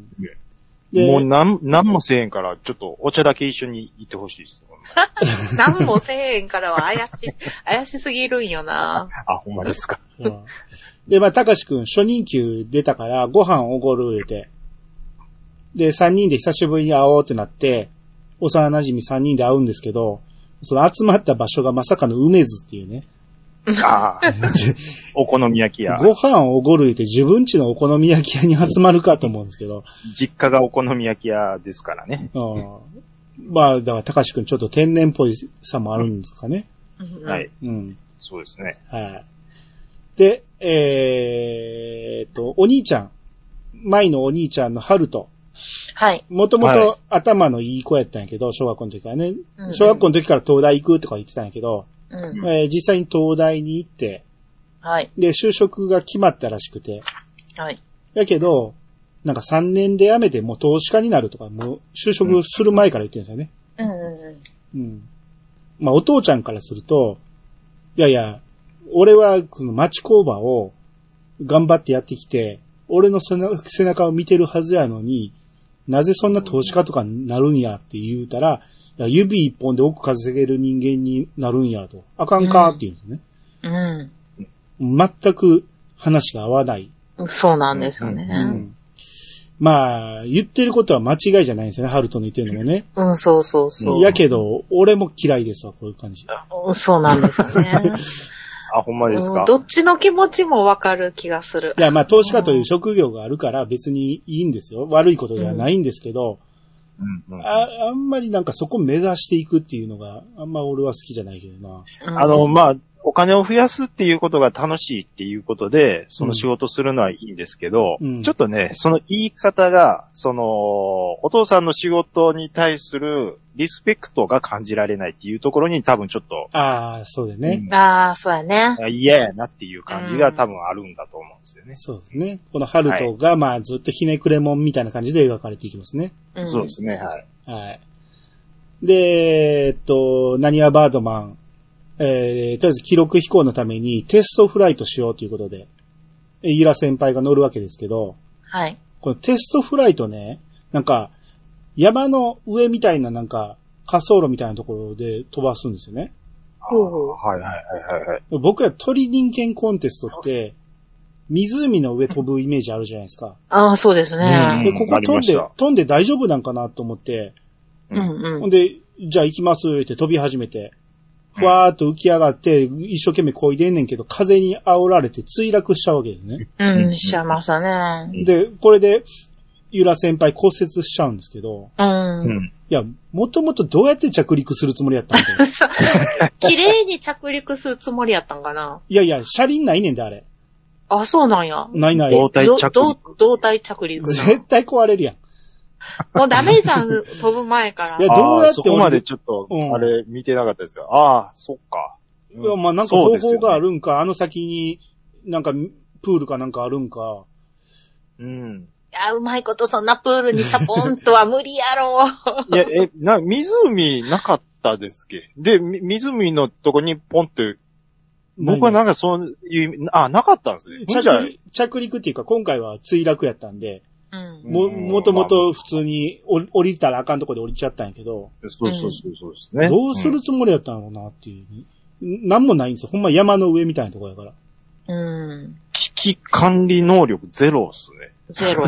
もうなん、なんもせえへんから、ちょっとお茶だけ一緒に行ってほしいです。 なんもせえへんからは怪しい、怪しすぎるんよな。 あ、ほんまですか。 うん、で、まあ、たかしくん初任給出たからご飯おごる言うて。で、三人で久しぶりに会おうってなって、幼馴染三人で会うんですけど、その集まった場所がまさかの梅津っていうね。 ああ。お好み焼き屋。 ご飯おごる言うて自分家のお好み焼き屋に集まるかと思うんですけど。 実家がお好み焼き屋ですからね。 うん。まあ、だから、たかしくんちょっと天然っぽいさもあるんですかね。 うん、はい。 うん。 そうですね。 はい。で、えーっと、お兄ちゃん。舞のお兄ちゃんのハルト。 はい。 もともと頭のいい子やったんやけど、小学校の時からね。 うんうん、 小学校の時から東大行くとか言ってたんやけど、 うんえー、実際に東大に行って、 はい。 で、就職が決まったらしくて。 はい。 やけど、なんかさんねんで辞めてもう投資家になるとか、もう就職する前から言ってるんですよね。 うんうんうん。 うん。まあお父ちゃんからすると、いやいや、俺はこの町工場を頑張ってやってきて、俺の背中を見てるはずやのに、なぜそんな投資家とかになるんやって言うたら、いや指一本で億稼げる人間になるんやと。あかんかって言うんですね。 うん。 全く話が合わない。 そうなんですよね。うん、 まあ、言ってることは間違いじゃないんですよね、ハルトの言ってるのもね。 うん、そうそうそう。 やけど、俺も嫌いですわ、こういう感じ。 そうなんですよね。 あ、ほんまですか。 どっちの気持ちもわかる気がする。 いや、まあ、投資家という職業があるから別にいいんですよ。悪いことではないんですけど、うんうん、あ, あんまりなんかそこ目指していくっていうのが、あんま俺は好きじゃないけどな。 あの、まあ、お金を増やすっていうことが楽しいっていうことで、その仕事するのはいいんですけど、うん、ちょっとね、その言い方が、その、お父さんの仕事に対するリスペクトが感じられないっていうところに多分ちょっと。 ああ、そうだね。 うん、ああ、そうやね。 嫌やなっていう感じが多分あるんだと思うんですよね。うん、 そうですね。このハルトが、まあずっとひねくれもんみたいな感じで描かれていきますね。 うん、そうですね、はい。 はい。で、えっと、ナニワバードマン。えー、とりあえず記録飛行のためにテストフライトしようということで、イラ先輩が乗るわけですけど、 はい。 このテストフライトね、なんか、山の上みたいななんか、滑走路みたいなところで飛ばすんですよね。 ほうほう。はいはいはいはい。 僕ら鳥人間コンテストって、湖の上飛ぶイメージあるじゃないですか。 ああ、そうですね。 で、ここ飛んで、飛んで大丈夫なんかなと思って、 うんうん。 ほんで、じゃあ行きますって飛び始めて、ふわーっと浮き上がって、一生懸命漕いでんねんけど、風に煽られて墜落しちゃうわけですね。 うん、しちゃいましたね。 で、これで、ゆら先輩骨折しちゃうんですけど、 うん。 いや、もともとどうやって着陸するつもりやったんですか綺麗に着陸するつもりやったんかないやいや、車輪ないねんで、あれ。 あ、そうなんや。 ないない。 胴体着陸。 胴体着陸。 絶対壊れるやん。 もうダメじゃん、飛ぶ前から。 いや、どうやって。 そこまでちょっと、あれ、見てなかったですよ。うん、ああ、そっか。 いや、まあなんか方法があるんか、ね、あの先に、なんか、プールかなんかあるんか。 うん。 いや、うまいことそんなプールにチャポンとは無理やろ。 いや、え、な、湖なかったですっけ？で、湖のとこにポンって、僕はなんかそういう、あ、なかったんですね。 着陸、着陸っていうか、今回は墜落やったんで、うん、も、もともと普通に降りたらあかんとこで降りちゃったんやけど。 そうそうそうそうですね。 どうするつもりやったのかなっていう。なんもないんですよ。ほんま山の上みたいなところやから。 うん。 危機管理能力ゼロっすね。 ゼロ。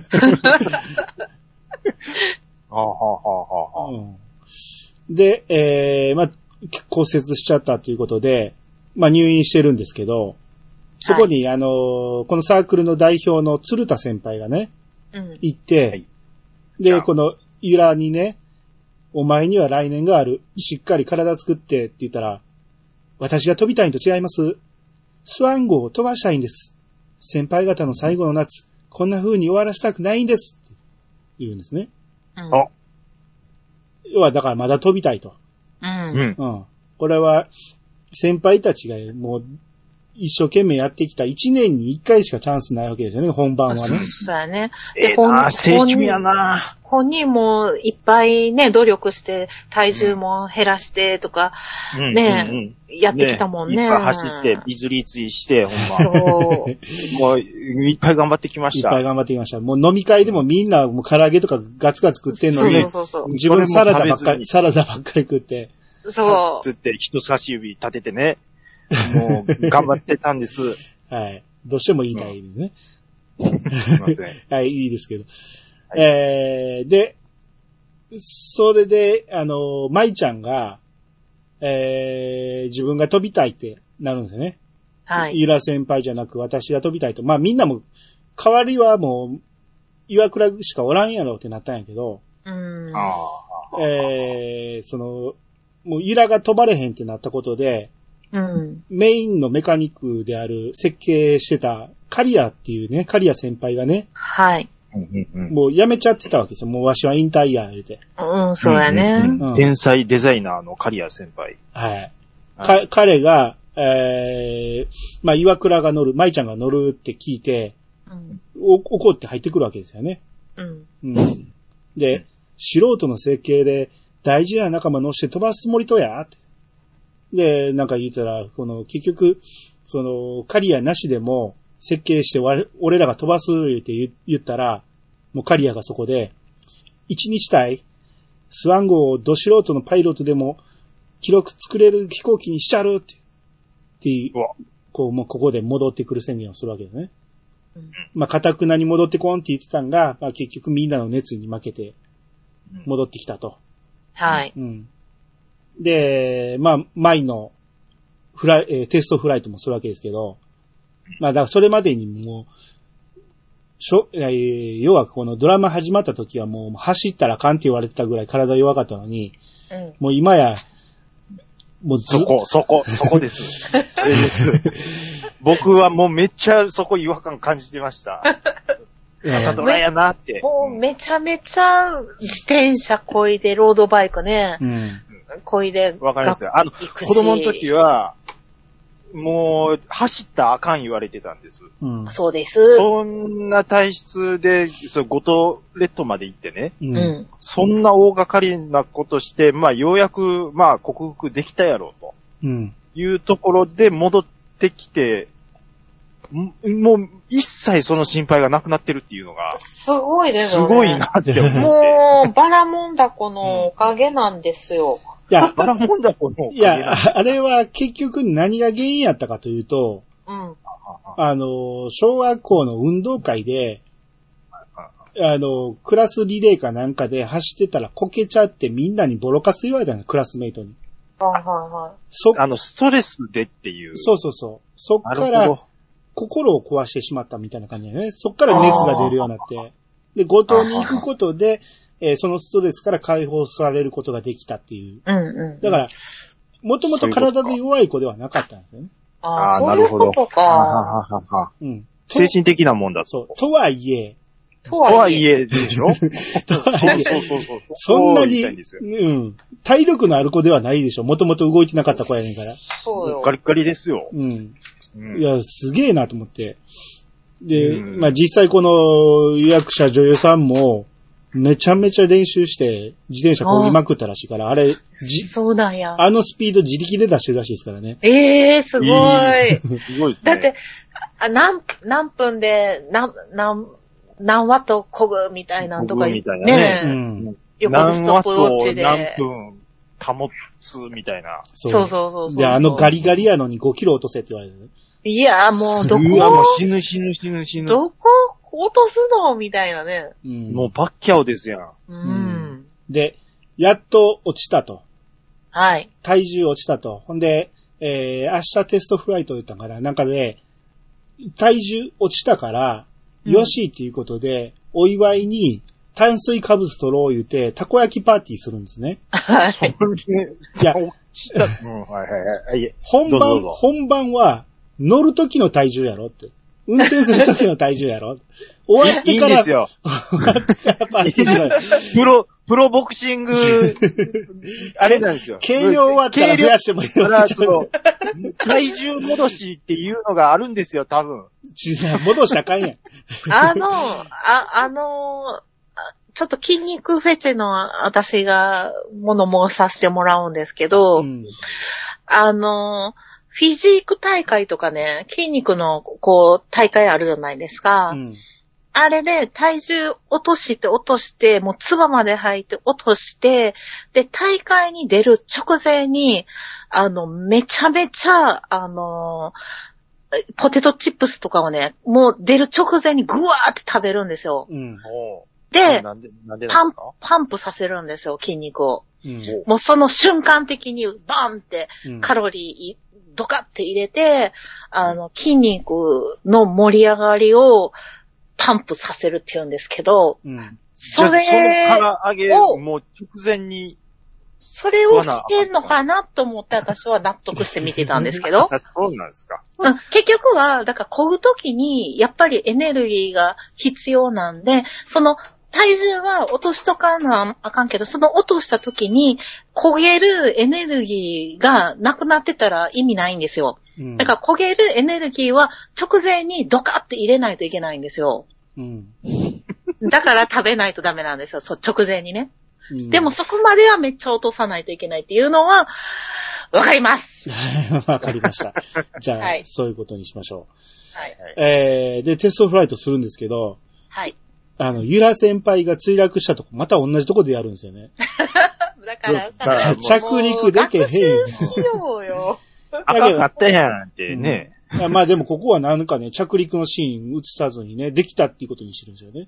はあはあはあはあ、 うん。で、えー、まあ、骨折しちゃったということで、まあ入院してるんですけど、そこに、はい、あのー、このサークルの代表の鶴田先輩がね、 うん、 行って、はい、で、このゆらにね、お前には来年がある。しっかり体作ってって言ったら、私が飛びたいのと違います。スワン号を飛ばしたいんです。先輩方の最後の夏、こんな風に終わらせたくないんです。って言うんですね。 うん、 要はだからまだ飛びたいと。 うん。 うん。これは、先輩たちがもう、 一生懸命やってきたいちねんにいっかいしかチャンスないわけですよね、本番はね。 そうやね。 で、えー、な青春やな。 本人もいっぱいね、努力して、体重も減らしてとか、うん、ね、うんうん、やってきたもんね。 ねいっぱい走って、水立位して、ほんま。そう。もう、いっぱい頑張ってきました。 いっぱい頑張ってきました。もう飲み会でもみんなもう唐揚げとかガツガツ食ってんのに、そうそうそう自分サラダばっかり、サラダばっかり食って。 そう。 つって人差し指立ててね。もう、頑張ってたんです。 はい。どうしても言いたいですね。 うん、すいません。 はい、いいですけど。はい、えー、で、それで、あの、舞ちゃんが、えー、自分が飛びたいってなるんですよね。 はい。 ゆら先輩じゃなく私が飛びたいと。まあみんなも、代わりはもう、岩倉しかおらんやろってなったんやけど、 うん。 えー、その、もうゆらが飛ばれへんってなったことで、 うん、 メインのメカニックである設計してたカリアっていうね、カリア先輩がね、 はい。 もう辞めちゃってたわけですよ。もうわしは引退や、言うて。 うん、そうやね、 うんうん。天才デザイナーのカリア先輩。 はい。はい、か彼が、えー、まあ、岩倉が乗る、舞ちゃんが乗るって聞いて、うん、お怒って入ってくるわけですよね。 うん。 うん。で、素人の設計で大事な仲間乗して飛ばすつもりとやって。で、なんか言ったら、この、結局、その、カリアなしでも、設計してわ、俺らが飛ばすって言ったら、もうカリアがそこで、一日隊、スワン号をど素人のパイロットでも、記録作れる飛行機にしちゃるって、っていう、こう、もうここで戻ってくる宣言をするわけですね。うん、まあ、固くなに戻ってこんって言ってたんが、まあ、結局みんなの熱に負けて、戻ってきたと。 はい。 うん。で、まあ、前のフライ、えー、テストフライトもするわけですけど、まあ、だからそれまでにもう、しょ、えー、要はこのドラマ始まった時はもう走ったらあかんって言われてたぐらい体弱かったのに、うん、もう今や、 もうずっとそこ、そこ、そこです。それです。僕はもうめっちゃそこ違和感感じてました。朝ドラやなって。 もうめちゃめちゃ自転車こいでロードバイクね。 うん。 こいで。 わかりますよ。あの、子供の時は、もう、走ったらあかん言われてたんです。 うん。そうです。 そんな体質で、そう、五島列島まで行ってね。 うん。 そんな大掛かりなことして、まあ、ようやく、まあ、克服できたやろうと。 うん。 いうところで戻ってきて、もう、一切その心配がなくなってるっていうのが。 すごいですね。すごいなって思って。 もう、バラモンダコのおかげなんですよ。 いや、 バラモンダコのおかげ。 いや、あれは結局何が原因やったかというと、 うん。 あの、小学校の運動会で、あの、クラスリレーかなんかで走ってたらこけちゃってみんなにボロカス言われたの、クラスメイトに。 はいはいはい。 そ、 あの、ストレスでっていう。 そうそうそう。そっから、心を壊してしまったみたいな感じだよね。そっから熱が出るようになって。で、五島に行くことで、えー、そのストレスから解放されることができたっていう。 うんうん。 だから、もともと体で弱い子ではなかったんですよね。 ああ、そういうことか。 うん。 精神的なもんだ。 そう。とはいえ、 とはいえでしょとはいえ、そうそうそうそう。そんなに、うん。体力のある子ではないでしょ。もともと動いてなかった子やねんから。 そうよ。 ガリガリですよ。 うん。うん、いや、すげえなと思って。で、うん、まあ実際この役者女優さんも、めちゃめちゃ練習して、自転車こぎまくったらしいから、あれ、 じ、そうなんや。 あのスピード自力で出してるらしいですからね。 ええー、すごい。 えー、すごい、ね。 だって、あ何、何分で、何、何、何ワットこぐみたいなとか言ってね。 ね、 うん。 横でストップウォッチで。 何分保つみたいな。 そうそうそうそうそう。 で、あのガリガリやのにごキロ落とせって言われる。 いや、もうどこうわ、もう死ぬ死ぬ死ぬ死ぬ。 どこ落とすのみたいなね。 うん、 もうバッキャオですやん。 うん。うん、 で、やっと落ちたと。 はい。 体重落ちたと。ほんで、えー、明日テストフライト言ったから、なんかで、体重落ちたから、よしっていうことで、うん、お祝いに炭水化物取ろう言うて、たこ焼きパーティーするんですね。 はい。 じゃあ、 した、うん、はいはいはい。 本番、 どうぞどうぞ本番は、乗る時の体重やろって。運転する時の体重やろ終わってから、 いいんですよ。 終わってからパーティーする。 プロ、 プロボクシング、あれなんですよ。 軽量終わったら増やしてもいいだから、 よ。 その、体重戻しっていうのがあるんですよ、多分。 戻したらあかんやん。 あの、あ、あの、ちょっと筋肉フェチの私が物申させてもらうんですけど、うん、あの、フィジーク大会とかね、筋肉のこう大会あるじゃないですか。うん、あれで体重落として落として、もう唾まで吐いて落として、で、大会に出る直前に、あの、めちゃめちゃ、あの、ポテトチップスとかをね、もう出る直前にグワーって食べるんですよ。うん、で、 なんでなんでパン、パンプさせるんですよ、筋肉を。うん、もうその瞬間的にバンってカロリードカって入れて、うん、あの、筋肉の盛り上がりをパンプさせるって言うんですけど、うん、それを、 その唐揚げをもう直前に、 それをしてんのかなと思って私は納得して見てたんですけど。 そうなんですか、 うん、結局は、だから漕ぐときにやっぱりエネルギーが必要なんで、その体重は落としとかなあかんけど、その落としたときに焦げるエネルギーがなくなってたら意味ないんですよ。うん、だから焦げるエネルギーは直前にドカって入れないといけないんですよ。うん、だから食べないとダメなんですよ。そう、直前にね。うん、でもそこまではめっちゃ落とさないといけないっていうのは、わかります。 わかりました。じゃあ、はい、そういうことにしましょう。はい。えー、で、テストフライトするんですけど、はい。あの、ゆら先輩が墜落したとこ、また同じとこでやるんですよね。 だからさ、 着陸でけへん。 学習しようよ。 赤かったやんってね。 うん、まあでもここはなんかね、着陸のシーン映さずにね、できたっていうことにしてるんですよね。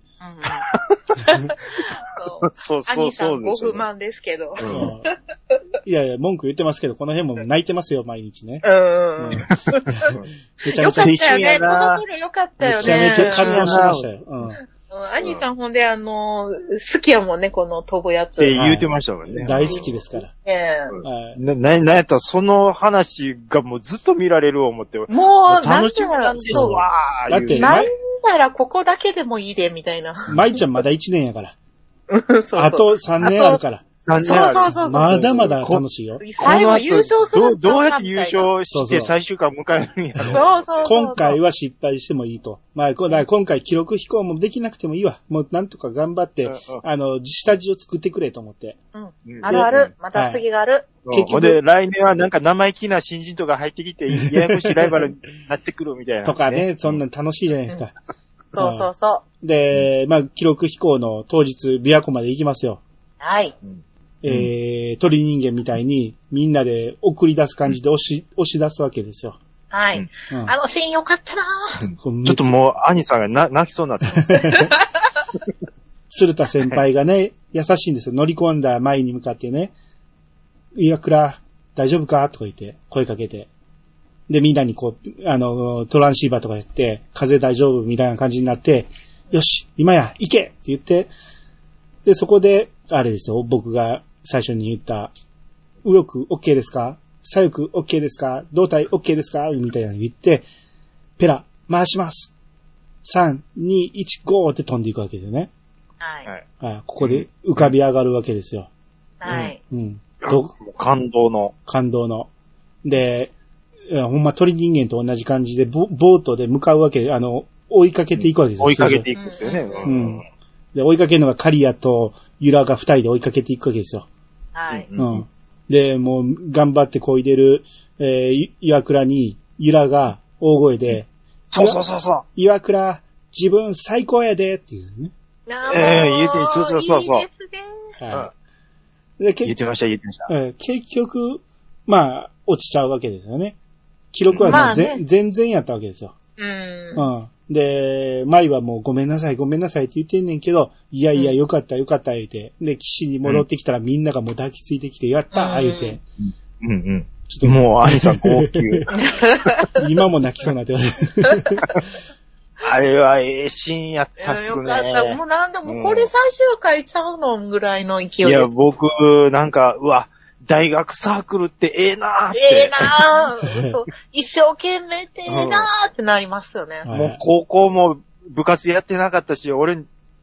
うん、そうそうそう。ご不満ですけど。うん、 いやいや、文句言ってますけど、この辺も泣いてますよ、毎日ね。 うん。うん、めちゃめちゃ青春やな。この頃よかったよね。 めちゃめちゃ感動しましたよ。うん。 アニーさんほんであの、好きやもんね、この飛ぶやつ。 って言うてましたもんね。 大好きですから。 ええな、な、なんやったらその話がもうずっと見られる思って。 もう、楽しみなんですわ。だって、なんならここだけでもいいで、みたいな。 舞ちゃんまだいちねんやから。 そうそう。 あとさんねんあるから。 そうそうそうそう。 まだまだ楽しいよ。 最後優勝するどう、どうやって優勝して最終回を迎えるんやろ。 そうそう。 今回は失敗してもいいと。まあ、今回記録飛行もできなくてもいいわ。もうなんとか頑張って、あの、下地を作ってくれと思って。 うん。あるある。また次がある。 結局。で、来年はなんか生意気な新人とか入ってきて、ややこしいライバルになってくるみたいな。 とかね、そんな楽しいじゃないですか。 そうそうそう。 で、まあ、記録飛行の当日、琵琶湖まで行きますよ。 はい。 えー、鳥人間みたいにみんなで送り出す感じで押し、押し出すわけですよ。 はい。うん、あのシーンよかったなぁ。ちょっともう、兄さんがな泣きそうになってます。 鶴田先輩がね、優しいんですよ。乗り込んだ前に向かってね、岩倉、大丈夫かとか言って声かけて。で、みんなにこう、あの、トランシーバーとか言って、風大丈夫みたいな感じになって、よし、今や、行けって言って、で、そこで、あれですよ、僕が最初に言った、右翼 OK ですか？左翼 OK ですか？胴体 OK ですか？みたいなの言って、ペラ、回します。さん、に、いち、ゴーって飛んでいくわけですよね。 はい。 はい。ここで浮かび上がるわけですよ。 はい。 うん。 ど感動の。 感動の。で、ほんま鳥人間と同じ感じでボ、ボートで向かうわけで、あの、追いかけていくわけですよ。 追いかけていくんですよね。 うん。で、追いかけるのがカリアとユラが二人で追いかけていくわけですよ。 はい。 うん。で、もう、頑張って漕いでる、えー、岩倉に、ユラが大声で、 そうそうそうそう。 岩倉、自分最高やでっていうね。 ええー、言うて、そうそうそうそう。いいですね。 はい。で、 言ってました、言ってました。 えー、結局、まあ、落ちちゃうわけですよね。記録は、まあね、全然やったわけですよ。 うん。 うん。で、舞はもうごめんなさい、ごめんなさいって言ってんねんけど、いやいや、よかった、よかった、言うて。で、岸に戻ってきたらみんながもう抱きついてきて、やったー、言うて。 うんうん。ちょっともう、兄さん号泣。 今も泣きそうになってます。 あれはええシーンやったっすね。 よかった。もうなんでも、これ最終回ちゃうのぐらいの勢いです。いや、 僕、なんか、うわ、大学サークルってええなーって。 ええなーそう。一生懸命ってええなーってなりますよね。 うん、もう高校も部活やってなかったし、俺、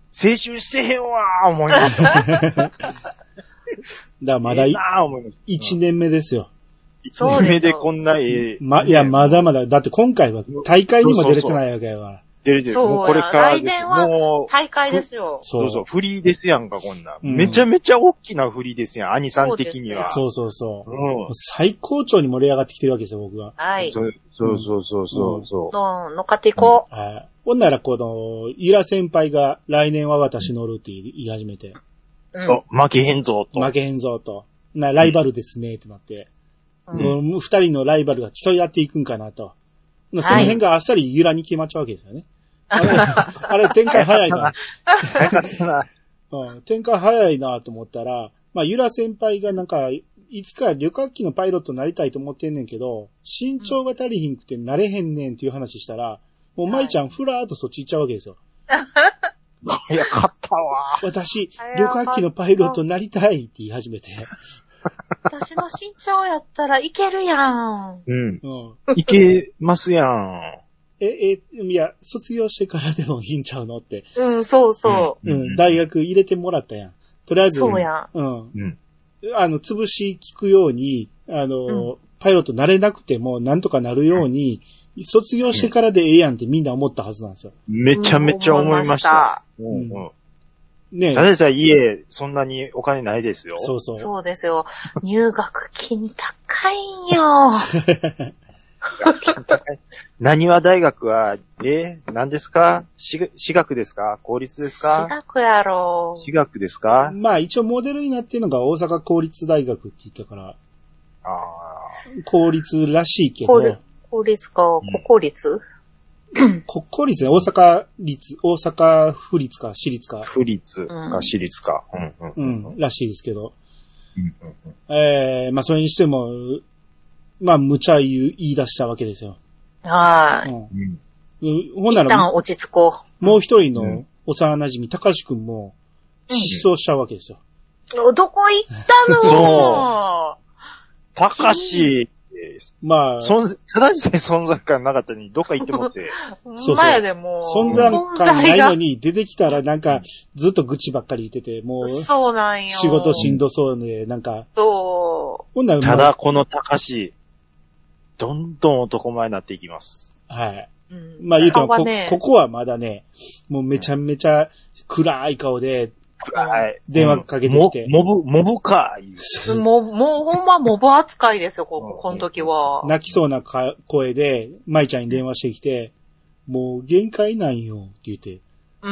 青春してへんわー思いました。だからまだい、一年目ですよ。 一年目でこんなええ。 ま、いや、まだまだ、だって今回は大会にも出れてないわけやから。 出れてる。 そうもうこれから来年は大会ですよ。 そうそう、フリーですやんか、こんな。うん、めちゃめちゃ大きなフリーですやん、兄さん的には。 そうそうそう。うん、最高潮に盛り上がってきてるわけですよ、僕は。 はい。 そうそうそうそうそう。うん、 の乗っかっていこう。 うん、はい。ほんなら、この、ゆら先輩が来年は私乗るって言い始めて。 うん、負けへんぞと。 負けへんぞと。な、ライバルですね、ってなって。うん。二人のライバルが競い合っていくんかなと。その辺があっさりゆらに決まっちゃうわけですよね。あれ、あれ展開早いな。 早かったな。 うん。展開早いなと思ったら、まあ、ゆら先輩がなんか、いつか旅客機のパイロットになりたいと思ってんねんけど、身長が足りひんくてなれへんねんっていう話したら、もう舞ちゃんふらーっとそっち行っちゃうわけですよ。 早かったわ。 私、旅客機のパイロットになりたいって言い始めて。 私の身長やったらいけるやん。 うん。うん、いけますやん。 え、え、いや、卒業してからでもいいんちゃうのって。 うん、そうそう。 うん、うん、大学入れてもらったやん。とりあえず。 そうやん。 うん。うん。あの、潰し聞くように、あの、うん、パイロットなれなくてもなんとかなるように、うん、卒業してからでええやんってみんな思ったはずなんですよ。 めちゃめちゃ思いました。うん。うんうんねえ。ただでさえ家、そんなにお金ないですよ。 そうそう。 そうですよ。入学金高いんよ。入学金高い。何は大学は、えー、何ですか私学ですか公立ですか私学やろ。 私学ですかまあ一応モデルになってるのが大阪公立大学って言ったから。ああ。公立らしいけど。 公立か、国公立、うん国公立ね、大阪立、大阪府立か私立か。 府立か私立か。うん、 うん、うん。らしいですけど。うんうんうん、ええー、まあそれにしても、まあ無茶言う言い出したわけですよ。 はい。 うん。ほんなら、 一旦落ち着こう。もう一人の幼馴染、高橋くんも、失踪しちゃうわけですよ。 うん、どこ行ったのそう。高橋、 まあ。 存、ただでさえ存在感なかったのに、どっか行ってもって。 そうそう。前でも存在感ないのに、出てきたらなんか、ずっと愚痴ばっかり言ってて、もう。 そうなんよ。 仕事しんどそうで、なんか。 そう。 ほんならただ、この高橋、どんどん男前になっていきます。 はい。うん、まあ言うてもこ、ね、ここはまだね、もうめちゃめちゃ暗い顔で、 暗い。 電話かけてきて。 モブ、モブか言う。もう、もうほんまモブ扱いですよ、こ、この時は。 泣きそうなか声で、舞ちゃんに電話してきて、もう限界なんよ、って言って。 うん。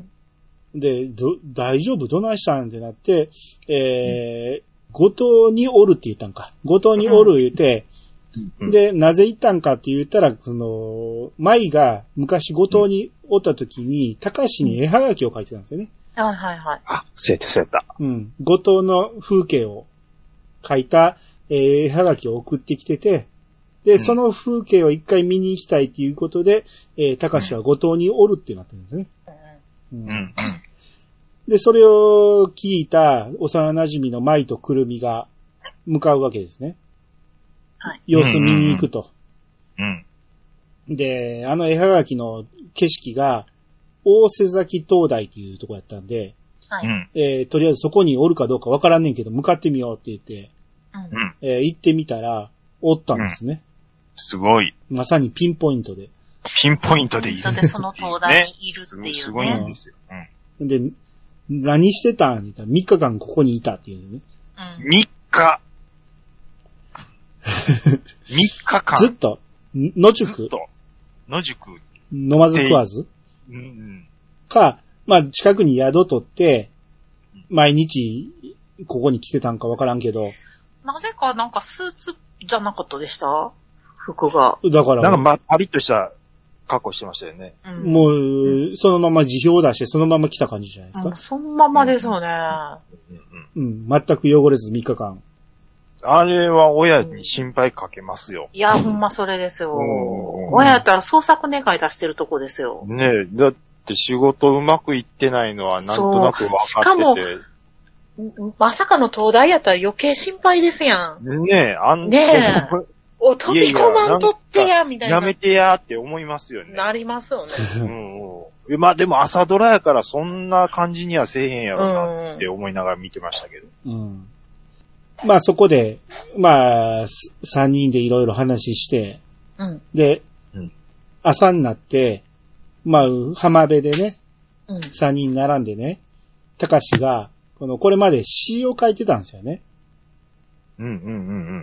で、ど、大丈夫どないしたんってなって、えー、後藤におるって言ったんか。後藤におる言って、うん、で、なぜ行ったんかって言ったら、この、舞が昔後藤におった時に、高橋に絵はがきを書いてたんですよね。 はいはいはい。 あ、そうやったそうやった。 うん。後藤の風景を書いた、えー、絵はがきを送ってきてて、で、うん、その風景を一回見に行きたいということで、えー、高橋は後藤におるってなってるんですね。うん。うんうん、で、それを聞いた幼馴染の舞とくるみが向かうわけですね。はい。様子見に行くと。 うん、 うん。で、あの絵はがきの景色が、大瀬崎灯台っていうとこやったんで、 はい。 えー、とりあえずそこにおるかどうかわからんねんけど、向かってみようって言って、 うん。 えー、行ってみたら、おったんですね。うん、 すごい。 まさにピンポイントで。 ピンポイントでいる。 だってその灯台にいるっていうね。 すごいんですよ。 うん。で、何してたんって言ったらみっかかんここにいたっていうね。 うん。 みっか。みっかかん。 ずっと、野宿。 ずっと。野宿。 飲まず食わず。 うんうん、 か、まあ、近くに宿取って、毎日、ここに来てたんかわからんけど。 なぜかなんかスーツじゃなかったでした服が。 だから。 なんかま、パリッとした格好してましたよね。 うん、もう、そのまま辞表を出してそのまま来た感じじゃないですか。 うん、そのままですよね。 うん、うん。全く汚れずみっかかん。 あれは親に心配かけますよ。 いや、ほんまそれですよ。親やったら捜索願い出してるとこですよ。 ねえ、だって仕事うまくいってないのはなんとなく分かってて。しかも、 まさかの東大やったら余計心配ですやん。 ねえ、あんねえ。 お、飛び込まんとってや、みたいな。 やめてやって思いますよね。 なりますよね。 うん、まあでも朝ドラやからそんな感じにはせえへんやろなって思いながら見てましたけど。 うん。まあそこで、まあ、三人でいろいろ話して、 うん、 で、うん、朝になって、まあ、浜辺でね、 うん、 三人並んでね、高志が、この、これまで詩を書いてたんですよね。 うんうんうんうん。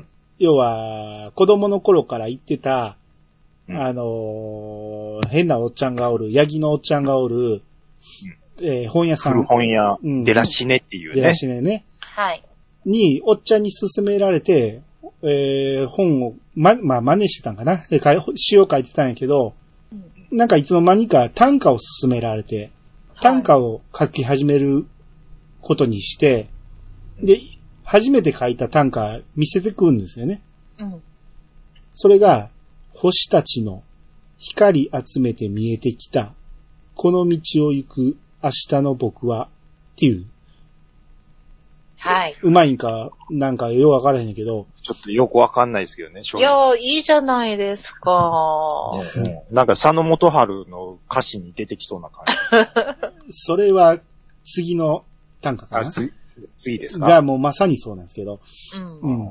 要は、子供の頃から言ってた、 うん、 あのー、変なおっちゃんがおる、ヤギのおっちゃんがおる、うん、えー、本屋さん。 古本屋、うん、デラシネっていうね。 デラシネね。 はい。 に、おっちゃんに勧められて、えー、本を、ま、まあ、真似してたんかな。で、詩を書いてたんやけど、うん、なんかいつの間にか短歌を勧められて、短歌を書き始めることにして、はい、で、初めて書いた短歌見せてくるんですよね。 うん。 それが、星たちの光集めて見えてきた、この道を行く明日の僕は、っていう。 はい。 うまいんか、なんかよくわからへんけど。 ちょっとよくわかんないですけどね、 いや、いいじゃないですか。 うんうん、なんか佐野元春の歌詞に出てきそうな感じ。それは次の短歌かな。 あ、つ次ですか。 がもうまさにそうなんですけど。 うん。 うん、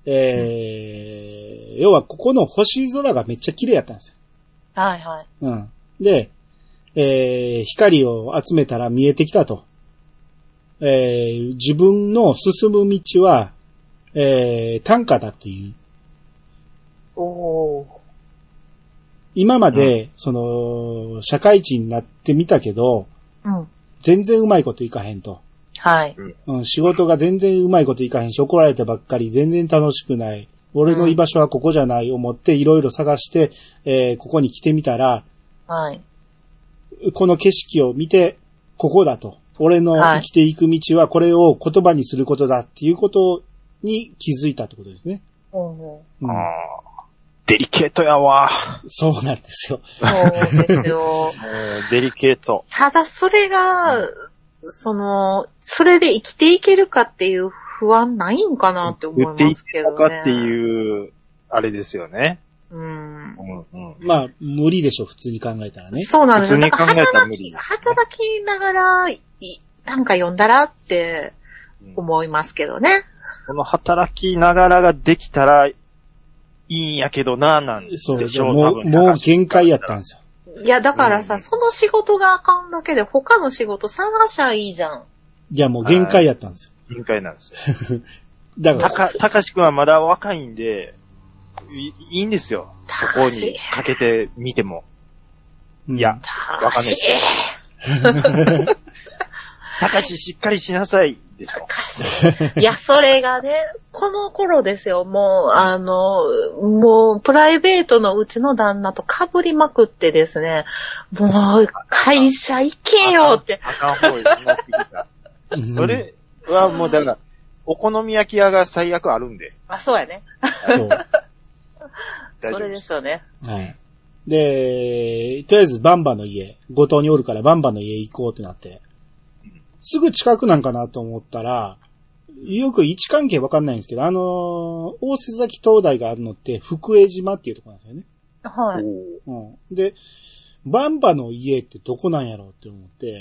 えー、うん、要はここの星空がめっちゃ綺麗やったんですよ。 はいはい。 うん。で、えー、光を集めたら見えてきたと。えー、自分の進む道は、えー、短歌だっていう。 おー。 今まで、うん、その、社会人になってみたけど、 うん、 全然うまいこといかへんと。 はい。 うん、仕事が全然うまいこといかへんし、怒られたばっかり、全然楽しくない。俺の居場所はここじゃない思っていろいろ探して、えー、ここに来てみたら、 はい。 この景色を見て、ここだと。俺の生きていく道はこれを言葉にすることだっていうことに気づいたってことですね。 うんうん、 あデリケートやわ。 そうなんですよ。 そうですよ。 デリケート。 ただそれが、うん、その、それで生きていけるかっていう不安ないんかなって思いますけどね。 生きていけるかっていう、あれですよね。 うんうんうん、 まあ、無理でしょ、普通に考えたらね。 そうなんですよ。 普通に考えたら無理。 働きながら、短歌読んだらって思いますけどね。 その働きながらができたらいいんやけどな、なんでしょう。 そう、もう、もう限界やったんですよ。いや、だからさ、うん、その仕事があかんだけで他の仕事探しゃいいじゃん。 いや、もう限界やったんですよ。 限界なんですよ。 だから。 たか、たかしくんはまだ若いんで、い, いいんですよ。そこにかけてみても。いや、わかんないですよ。たかししっかりしなさい。でしょ。 いや、それがね、この頃ですよ。もう、あの、もう、プライベートのうちの旦那と被りまくってですね、もう、会社行けよって。 あかん方になってきた。それはもう、だから、お好み焼き屋が最悪あるんで。 あ、そうやね。 そう。 それですよね。 はい。で、とりあえずバンバの家、五島におるからバンバの家行こうってなって、すぐ近くなんかなと思ったら、よく位置関係わかんないんですけど、あのー、大瀬崎灯台があるのって福江島っていうところなんですよね。 はい。 うん。で、バンバの家ってどこなんやろうって思って、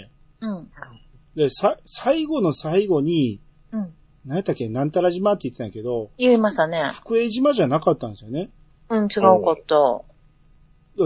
うん。 で、さ、最後の最後に、 うん。 何やったっけ、なんたら島って言ってたんやけど、 言いましたね。 福江島じゃなかったんですよね。 うん、違うかった。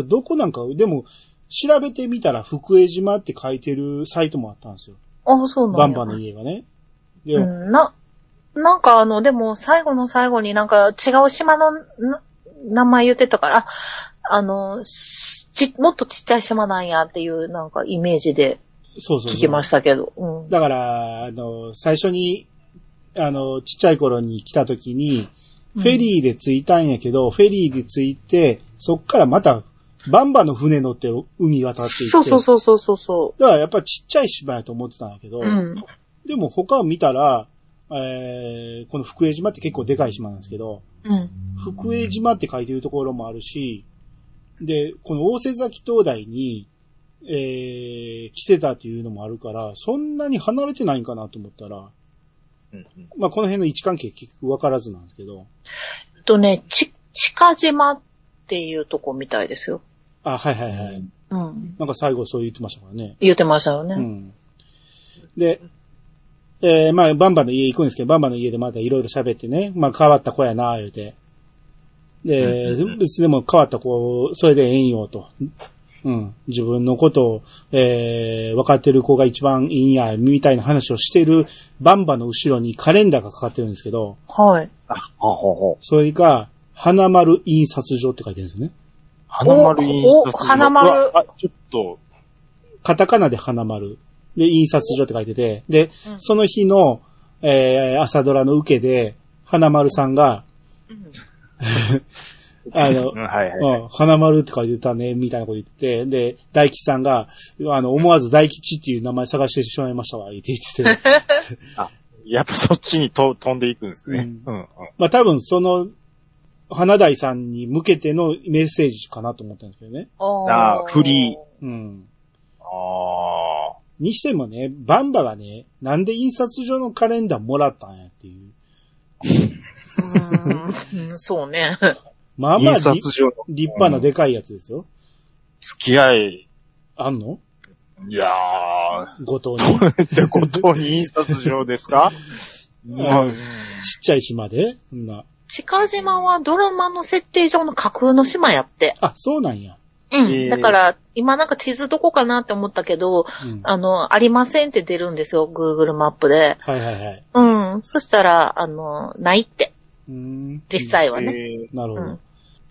どこなんか、でも、調べてみたら福江島って書いてるサイトもあったんですよ。 あ、そうなんだ。 バンバの家がね。 で、うん、な、なんかあの、でも最後の最後になんか違う島の名前言ってたから、あの、ち、もっとちっちゃい島なんやっていうなんかイメージで聞きましたけど。 そうそうそう。うん、だから、あの、最初に、あの、ちっちゃい頃に来た時に、フェリーで着いたんやけど、うん、フェリーで着いて、そっからまた、バンバの船乗って海渡っていって。 そうそうそうそうそう。 だからやっぱりちっちゃい島やと思ってたんだけど、 うん、 でも他を見たら、えー、この福江島って結構でかい島なんですけど、 うん、 福江島って書いてるところもあるし、で、この大瀬崎灯台に、えー、来てたっていうのもあるから、そんなに離れてないんかなと思ったら、 うんうん、 まあこの辺の位置関係結局分からずなんですけど。 とね、ち、 近島っていうとこみたいですよ。 あ、はいはいはい。 うん。 なんか最後そう言ってましたからね。 言ってましたよね。 うん。で、えー、まあ、バンバの家行くんですけど、バンバの家でまたいろいろ喋ってね、まあ変わった子やな、言うて。で、別でも変わった子、それでええんよ、と。うん。自分のことを、えー、分かってる子が一番いいんや、みたいな話をしてるバンバの後ろにカレンダーがかかってるんですけど。 はい。 あ、ほうほう。 それが、花丸印刷所って書いてるんですね。 花丸印刷所。 花丸。 あ、ちょっと。 カタカナで花丸。で、印刷所って書いてて。で、うん、その日の、えー、朝ドラの受けで、花丸さんが、うんあの、はいはいはい、うん、花丸って書いてたね、みたいなこと言ってて、で、大吉さんが、あの、思わず大吉っていう名前探してしまいましたわ、言って言ってて。 あ、やっぱそっちにと飛んでいくんですね。うん。うんうん、 まあ多分その、花大さんに向けてのメッセージかなと思ったんですけどね。 ああ、フリー。 うん。 ああ。 にしてもね、バンバがね、なんで印刷所のカレンダーもらったんやっていう。 うん、そうね。 まあまあ、立派なでかいやつですよ。 付き合い。 あんの？ いやー。ご島に。 ご島に印刷所ですか？ うん、ちっちゃい島でそんな。 近島はドラマの設定上の架空の島やって。 あ、そうなんや。 うん。だから、今なんか地図どこかなって思ったけど、うん、あの、ありませんって出るんですよ、Google マップで。 はいはいはい。 うん。そしたら、あの、ないって。うん、実際はね。 なるほど。うん、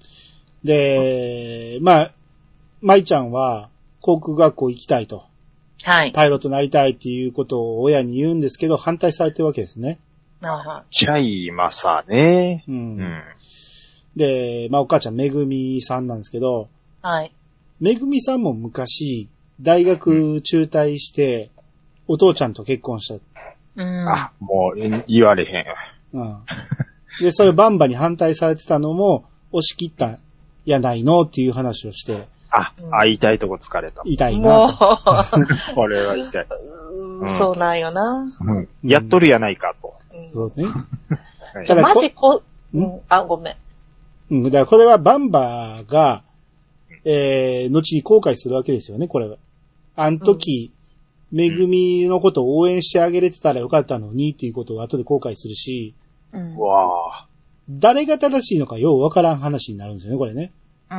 で、まあ、舞ちゃんは航空学校行きたいと。 はい。 パイロットになりたいっていうことを親に言うんですけど、反対されてるわけですね。 ああ。 ちゃいまさね。 うん。うん、で、まあお母ちゃんめぐみさんなんですけど、 はい。 めぐみさんも昔、大学中退して、お父ちゃんと結婚した。 うん。 あ、もう言われへん。 うん。で、それバンバに反対されてたのも、押し切ったやないのっていう話をして。 あ、うん、あ、痛いとこ疲れた。 痛いな。 これは痛い、 うん。そうなんよな。 うん。やっとるやないかと。 うん、そうね。 じゃマジこ、うん、あ、ごめん。 うん。だからこれはバンバが、えー、後に後悔するわけですよね、これは。あの時、うん、めぐみのことを応援してあげれてたらよかったのにっていうことを後で後悔するし、 うん、 わ誰が正しいのかようわからん話になるんですよね、これね。 うん、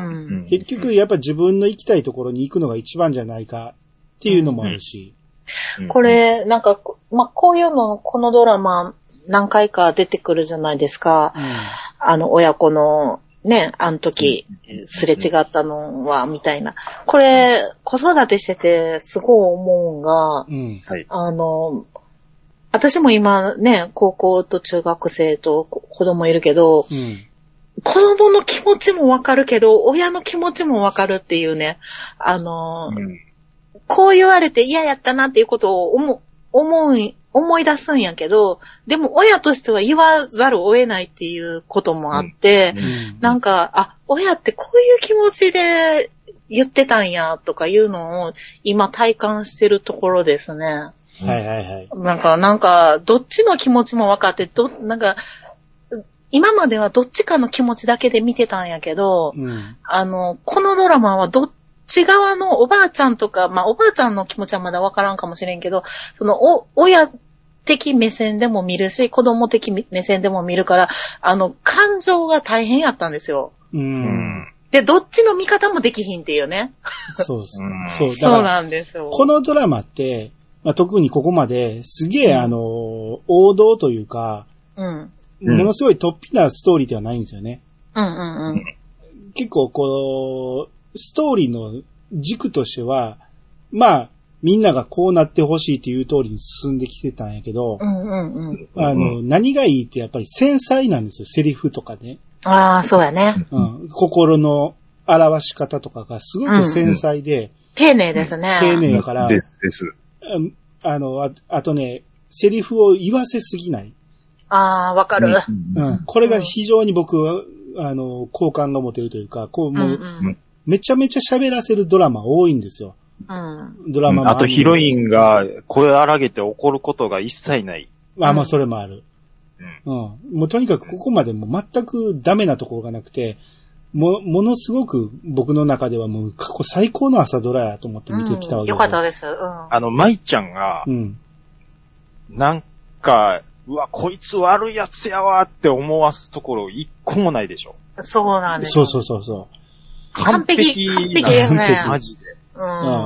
結局、やっぱ自分の行きたいところに行くのが一番じゃないかっていうのもあるし。 うん、これ、なんか、まあ、こういうの、このドラマ何回か出てくるじゃないですか。 うん、 あの、親子の、ね、あの時、すれ違ったのは、みたいな。これ、子育てしてて、すごい思うんが、 うんはい、 あの、私も今ね、高校と中学生と子供いるけど、 うん、 子供の気持ちもわかるけど、親の気持ちもわかるっていうね、あの、うん、こう言われて嫌やったなっていうことを思、思い、思い出すんやけど、でも親としては言わざるを得ないっていうこともあって、うんうん、なんか、あ、親ってこういう気持ちで言ってたんやとかいうのを今体感してるところですね。 はいはいはい。 なんか、なんか、どっちの気持ちも分かって、ど、なんか、今まではどっちかの気持ちだけで見てたんやけど、 うん、 あの、このドラマはどっち側のおばあちゃんとか、まあおばあちゃんの気持ちはまだ分からんかもしれんけど、その、お、親的目線でも見るし、子供的目線でも見るから、あの、感情が大変やったんですよ。 うん。 で、どっちの見方もできひんっていうね。 そうそう。 そう、そうなんですよ。 このドラマって、まあ、特にここまですげえ、うん、あの、王道というか、 うん、 ものすごい突飛なストーリーではないんですよね。 うんうんうん、 結構こう、ストーリーの軸としては、まあ、みんながこうなってほしいっていう通りに進んできてたんやけど、 うんうんうん、 あの、何がいいってやっぱり繊細なんですよ、セリフとかね。 ああ、そうやね。 うん。心の表し方とかがすごく繊細で、うん、 丁寧ですね。 丁寧だから、 ですです。 あの、あ、あとね、セリフを言わせすぎない。 ああ、わかる。 うん。これが非常に僕は、あの、好感が持てるというか、こう、もう、うんうん、めちゃめちゃ喋らせるドラマ多いんですよ。 うん。 ドラマも、 うん、あとヒロインが声荒げて怒ることが一切ない。 あ、まあそれもある。 うん。もうとにかくここまでもう全くダメなところがなくて、も、ものすごく僕の中ではもう過去最高の朝ドラやと思って見てきたわけですよ。 うん、よかったです。うん。 あの、舞ちゃんが、うん。なんか、うわ、こいつ悪いやつやわって思わすところ一個もないでしょ。 そうなんですそうそうそうそう。 完璧。完璧ですね。マジで。うん。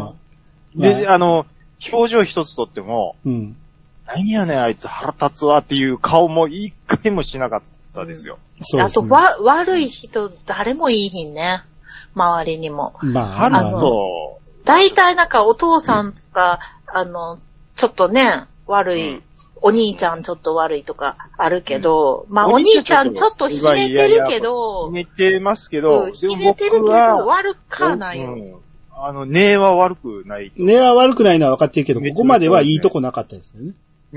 うん、で、あの、表情一つとっても、うん。何やねんあいつ腹立つわっていう顔も一回もしなかったですよ。 うん、そうですね。あと、わ、悪い人誰もいいひんね。周りにも。 まあ、あの、 大体なんかお父さんとか、うん、あの、ちょっとね、悪い、うん、お兄ちゃんちょっと悪いとかあるけど、うん、まあお兄ちゃんちょっとひねてるけど、 ひねてますけど、 ひねてるけど悪かないよ。 うんあの、根は悪くない。 根は悪くないのは分かってるけど、ここまではいいとこなかったですよね。 うん。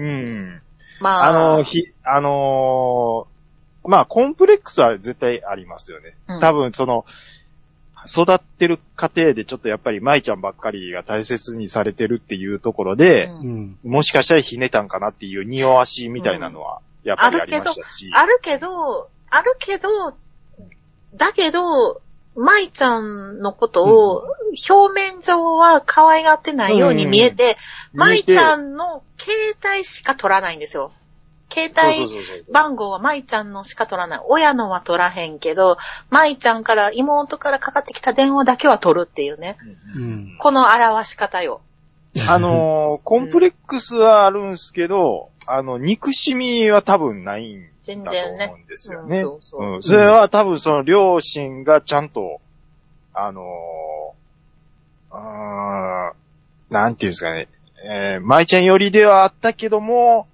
まあ。あの、ひ、あのー、まあ、コンプレックスは絶対ありますよね。うん、多分、その、育ってる過程でちょっとやっぱり舞ちゃんばっかりが大切にされてるっていうところで、うん、もしかしたらひねたんかなっていう匂わしみたいなのは、やっぱりありましたし。 あるけど、あるけど、あるけど、だけど、舞ちゃんのことを、表面上は可愛がってないように見えて、舞ちゃんの携帯しか取らないんですよ。携帯番号は舞ちゃんのしか取らない。親のは取らへんけど、舞ちゃんから妹からかかってきた電話だけは取るっていうね。うん、この表し方よ。 あのー、コンプレックスはあるんすけど、あの、憎しみは多分ないんだと思うんですよね。全然ね。うん、そうそううん、それは多分その両親がちゃんと、あのー、あーなんていうんですかね、えー、舞ちゃん寄りではあったけども、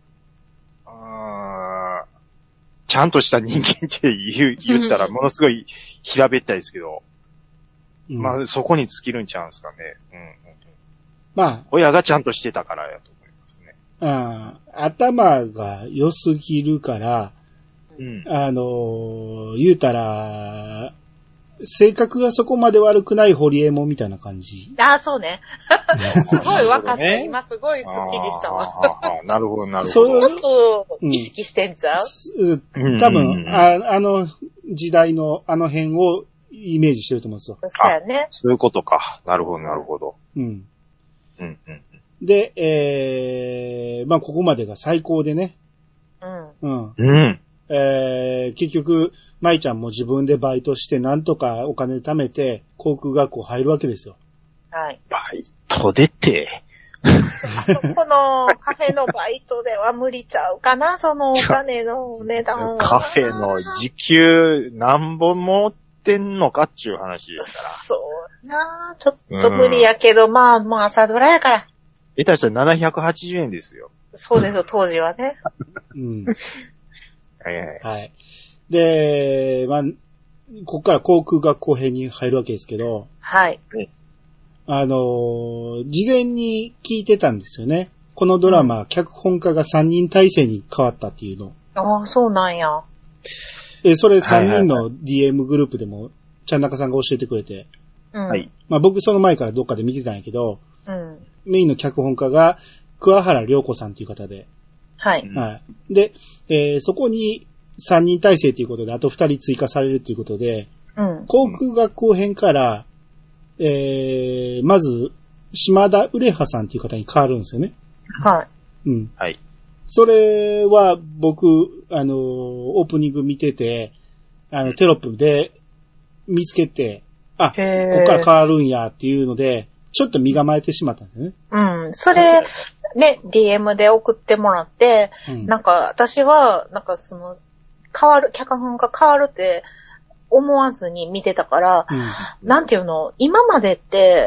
あちゃんとした人間って言う、言ったらものすごい平べったいですけど、うん、まあそこに尽きるんちゃうんですかね。うんうん、まあ。親がちゃんとしてたからやと思いますね。 あ頭が良すぎるから、うん、あのー、言うたら、性格がそこまで悪くないホリエモンみたいな感じ。 ああ、そうね。すごい分かった。ね、今すごいスッキリしたわ。 なるほど、なるほど。 ちょっと意識してんちゃう、 うん、多分、あ、あの時代のあの辺をイメージしてると思うんですよ。 そうやね。 そういうことか。なるほど、なるほど。うん。 うんうん、で、えー、まあ、ここまでが最高でね。うん。うん。うん。えー、結局、舞ちゃんも自分でバイトしてなんとかお金貯めて航空学校入るわけですよ。 はい。 バイト出て。 あそこのカフェのバイトでは無理ちゃうかな、そのお金の値段は。 カフェの時給何本持ってんのかっていう話ですから。 そうなちょっと無理やけど、うん、まあ、もう朝ドラやから。 えたしたらななひゃくはちじゅうえんですよ。 そうですよ、当時はね。 うん。はいはい。はい。で、まあ、ここから航空学校編に入るわけですけど。 はい。 あのー、事前に聞いてたんですよね。このドラマ、うん、脚本家がさんにん体制に変わったっていうの。 ああ、そうなんや。 え、それさんにんの ディーエム グループでも、ちゃんなかさんが教えてくれて。うん。はい。まあ僕その前からどっかで見てたんやけど、うん。メインの脚本家が、桑原良子さんという方で。 はい。 はい。で、えー、そこにさんにん体制ということで、あとふたり追加されるということで、うん。航空学校編から、えー、まず、島田うれはさんという方に変わるんですよね。 はい。 うん。 はい。 それは僕、あのー、オープニング見てて、あの、テロップで見つけて、あ、ここから変わるんやっていうので、ちょっと身構えてしまったんですね。 うん。それ、ね、ディーエム で送ってもらって、うん、なんか私は、なんかその、変わる、脚本が変わるって思わずに見てたから、うん、なんていうの、今までって、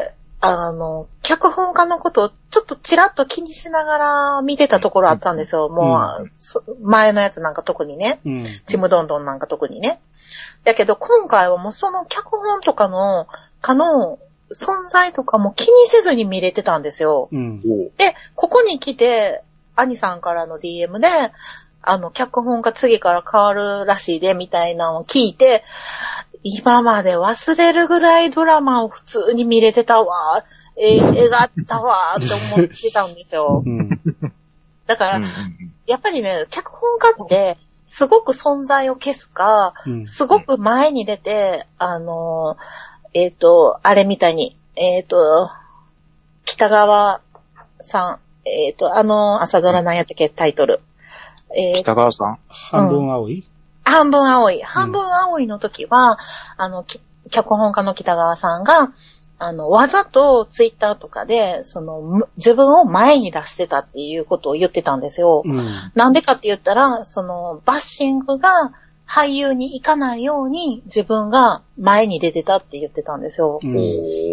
あの、脚本家のことをちょっとちらっと気にしながら見てたところあったんですよ。うん、もう、前のやつなんか特にね。うん、ちむどんどんなんか特にね。だけど今回はもうその脚本とかの、かの、存在とかも気にせずに見れてたんですよ。うん、で、ここに来て、兄さんからの ディーエム で、あの、脚本が次から変わるらしいで、みたいなのを聞いて、今まで忘れるぐらいドラマを普通に見れてたわ、えー、絵があったわ、って思ってたんですよ。うん、だから、やっぱりね、脚本家って、 すごく存在を消すか、 うん、 すごく前に出て、あの、えっと、あれみたいに、えっと、北川さん、えっと、あの、朝ドラなんやったっけ、タイトル。 えー、北川さん半分青い、 うん、半分青い。半分青いの時は、うん、あの、脚本家の北川さんが、あの、わざとツイッターとかで、その、自分を前に出してたっていうことを言ってたんですよ。うん、なんでかって言ったら、その、バッシングが俳優に行かないように自分が前に出てたって言ってたんですよ。うん、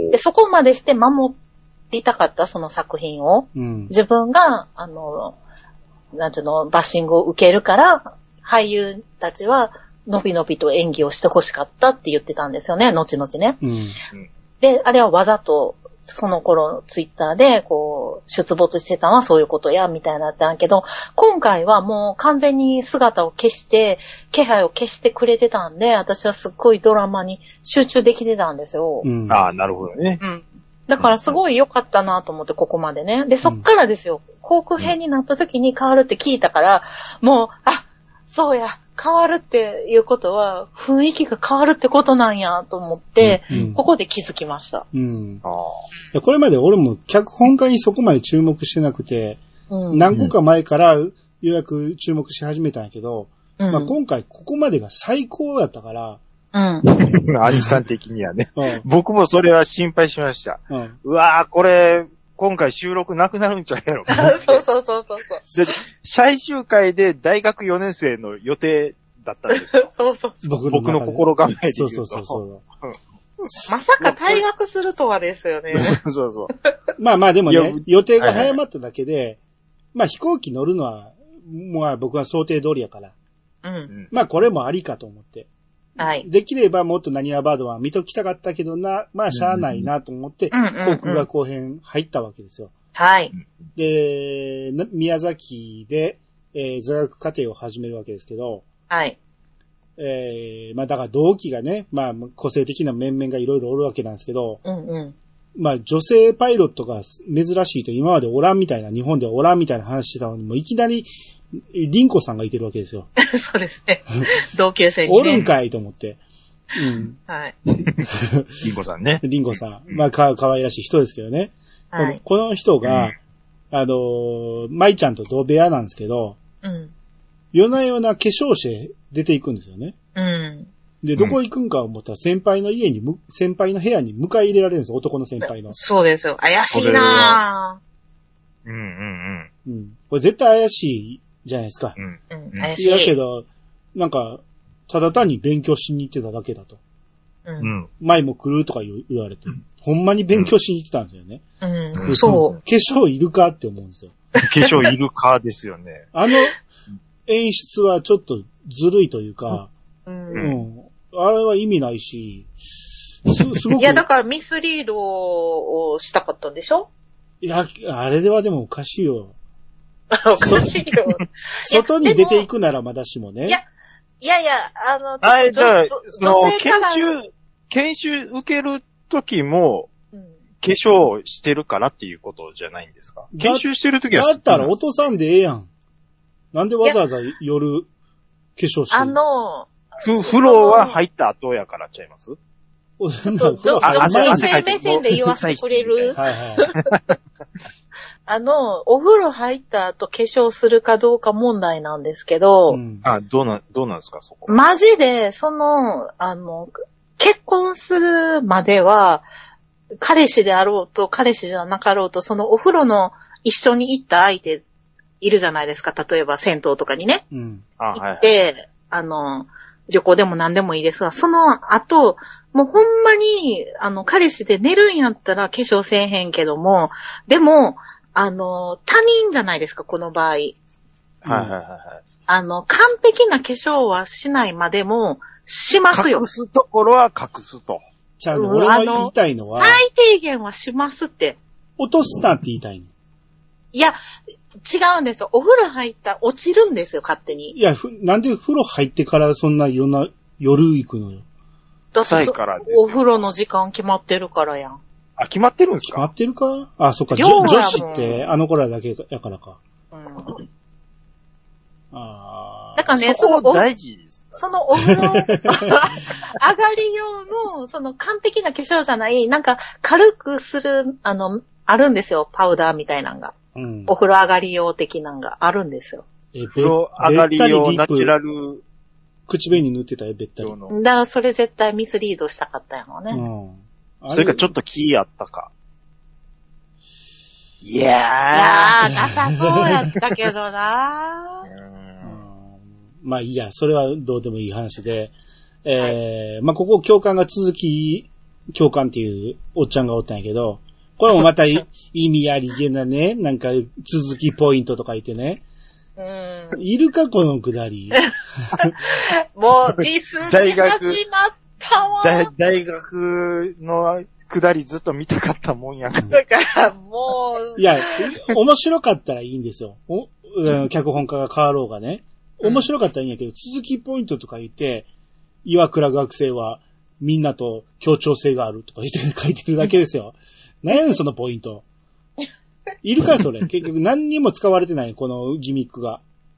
で、そこまでして守りたかったその作品を、うん、自分が、あの、なんていうの、バッシングを受けるから、俳優たちは、のびのびと演技をしてほしかったって言ってたんですよね、後々ね。うんで、あれはわざと、その頃ツイッターで、こう、出没してたのはそういうことや、みたいなったんやけど、今回はもう完全に姿を消して、気配を消してくれてたんで、私はすっごいドラマに集中できてたんですよ。 うん、ああ、なるほどね。 うん。だからすごい良かったなと思って、ここまでね。で、そっからですよ、航空編になった時に変わるって聞いたから、もう、あ、そうや。変わるっていうことは、雰囲気が変わるってことなんやと思って、うん、ここで気づきました。うん、 あこれまで俺も脚本家にそこまで注目してなくて、うん、何個か前からようやく注目し始めたんやけど、うんまあ、今回ここまでが最高だったから、 うん。兄さん的にはね、うん。僕もそれは心配しました。うん、うわぁ、これ、今回収録なくなるんちゃうやろ。 そうそうそうそう。 で、最終回で大学よねん生の予定だったんですよ。 そうそうそう。 僕の, 僕の心構えで言うと。 そうそうそうそう、うん。 まさか退学するとはですよね。 そうそうそう。 まあまあでもね、予定が早まっただけで、はいはい、まあ飛行機乗るのは、まあ僕は想定通りやから。うん。まあこれもありかと思って。はい。できればもっと何わバードは見ときたかったけどな、まあしゃあないなと思って、うんうん、航空学校編入ったわけですよ。 はい。 で、宮崎で、えー、座学課程を始めるわけですけど、 はい。 えー、まあだから同期がね、まあ個性的な面々がいろいろおるわけなんですけど、うんうん。まあ女性パイロットが珍しいと今までおらんみたいな、日本ではおらんみたいな話してたのに、もういきなり、リンコさんがいてるわけですよ。 そうですね。同級生に、 ね。おるんかいと思って。 うん。はい。 リンコさんね。 リンコさん。まあか、かわいらしい人ですけどね。はい。この人が、うん、あのー、舞ちゃんと同部屋なんですけど、うん。夜な夜な化粧して出ていくんですよね。うん。で、どこ行くんか思ったら先輩の家にむ、先輩の部屋に迎え入れられるんですよ、男の先輩の。 そうですよ。怪しいなぁ。うんうんうん。 うん。これ絶対怪しいじゃないですか。うん。 うん、怪しい。 だけど、なんか、ただ単に勉強しに行ってただけだと。うん。前も来るとか言われて、うん、ほんまに勉強しに行ってたんですよね。 うん。そう。 化粧いるかって思うんですよ。 化粧いるかですよね。 あの演出はちょっとずるいというか、うん。うん、あれは意味ないし、す、すごく。 いや、だからミスリードをしたかったんでしょ？ いや、あれではでもおかしいよ。 おかしいよ。 外に出ていくならまだしもね。 いや、いやいや、あの、 あれ、じゃあ、その、研修、研修受ける時も、うん、化粧してるからっていうことじゃないんですか？研修してる時はだったら落とさんでええやん。なんでわざわざ夜、化粧してる？ あの、 ふ、風呂は入った後やからちゃいます？ ちょっと、女性目線で言わせてくれる？はいはい。あの、お風呂入った後化粧するかどうか問題なんですけど、うん、 あ、どうな、どうなんですか、そこ。 マジで、その、あの、結婚するまでは、彼氏であろうと、彼氏じゃなかろうと、そのお風呂の一緒に行った相手いるじゃないですか、例えば銭湯とかにね。うん。あ、行って、はい、あの、旅行でも何でもいいですが、その後、もうほんまに、あの、彼氏で寝るんやったら化粧せえへんけども、でも、あの、他人じゃないですか、この場合。はいはいはい。 あの、完璧な化粧はしないまでも、しますよ。 隠すところは隠すと。 じゃあ、俺が言いたいのは。 最低限はしますって。 落とすなって言いたいの。 いや、違うんですよ。お風呂入ったら落ちるんですよ、勝手に。 いや、ふ、なんで風呂入ってからそんな夜な、夜行くのよ。 だってからですよ。お風呂の時間決まってるからやん。 あ、決まってるんですか？ 決まってるか？あ、そっか。女子ってあの子らだけやからか。うん。 あだだからね、 そこ大事です。 そのお風呂、上がり用の、その完璧な化粧じゃない、なんか軽くする、あの、あるんですよ。パウダーみたいなのが。うん、お風呂上がり用的なのがあるんですよ。 え、風呂上がり用ナチュラル。 口紅塗ってたよ、べったり。だからそれ絶対ミスリードしたかったやろね。 うん。それかちょっと気あったか。いやー。いやー、なさそうやったけどなー。 うん、まあいいや、それはどうでもいい話で。えー、はい、まあここ教官が続き、教官っていうおっちゃんがおったんやけど、これもまた意味ありげなね、なんか続きポイントとか言ってね。うん、いるかこのくだり。 もうディスり始まったわ。 大, 大学のくだりずっと見たかったもんやから。 だからもう。 いや、面白かったらいいんですよ。お脚本家が変わろうがね。面白かったらいいんやけど、続きポイントとか言って、岩倉学生はみんなと協調性があるとか言って書いてるだけですよ。何やねんそのポイント。いるかそれ。結局何にも使われてないこのギミックが。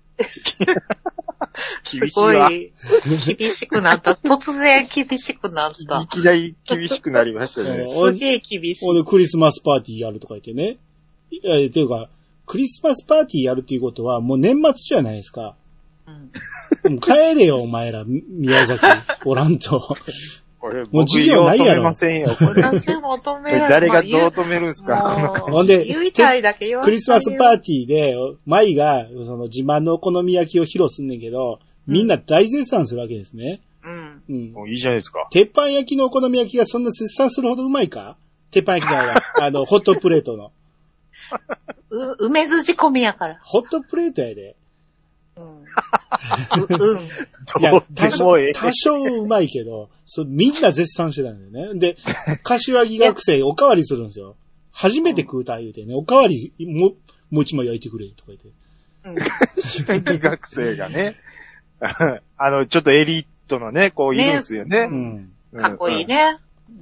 厳しいわ。 すごい厳しくなった。突然厳しくなった。 いきなり厳しくなりましたね。 すげえ厳しい。 俺クリスマスパーティーやるとか言ってね。え、ていうか、クリスマスパーティーやるっていうことはもう年末じゃないですか。うん、もう帰れよお前ら、宮崎。おらんと。 もう授業ないやろ。私求める。 誰がどう止めるんすか、この感じ。 ほんで、言いたいだけ言わクリスマスパーティーで、舞が、その自慢のお好み焼きを披露すんねんけど、みんな大絶賛するわけですね。 うん。 うん。もういいじゃないですか。 鉄板焼きのお好み焼きがそんな絶賛するほどうまいか？鉄板焼きじゃないわ。あの、ホットプレートの。 う、梅酢仕込みやから。 ホットプレートやで。 うん。うん。 いや、多少、多少うまいけど、そみんな絶賛してたんだよね。で、柏木学生おかわりするんですよ。初めて食うた言うてね、おかわりも、もう一枚焼いてくれ、とか言って。 うん。柏木学生がね、あの、ちょっとエリートのね、こういるんですよね。 ねうん。かっこいいね。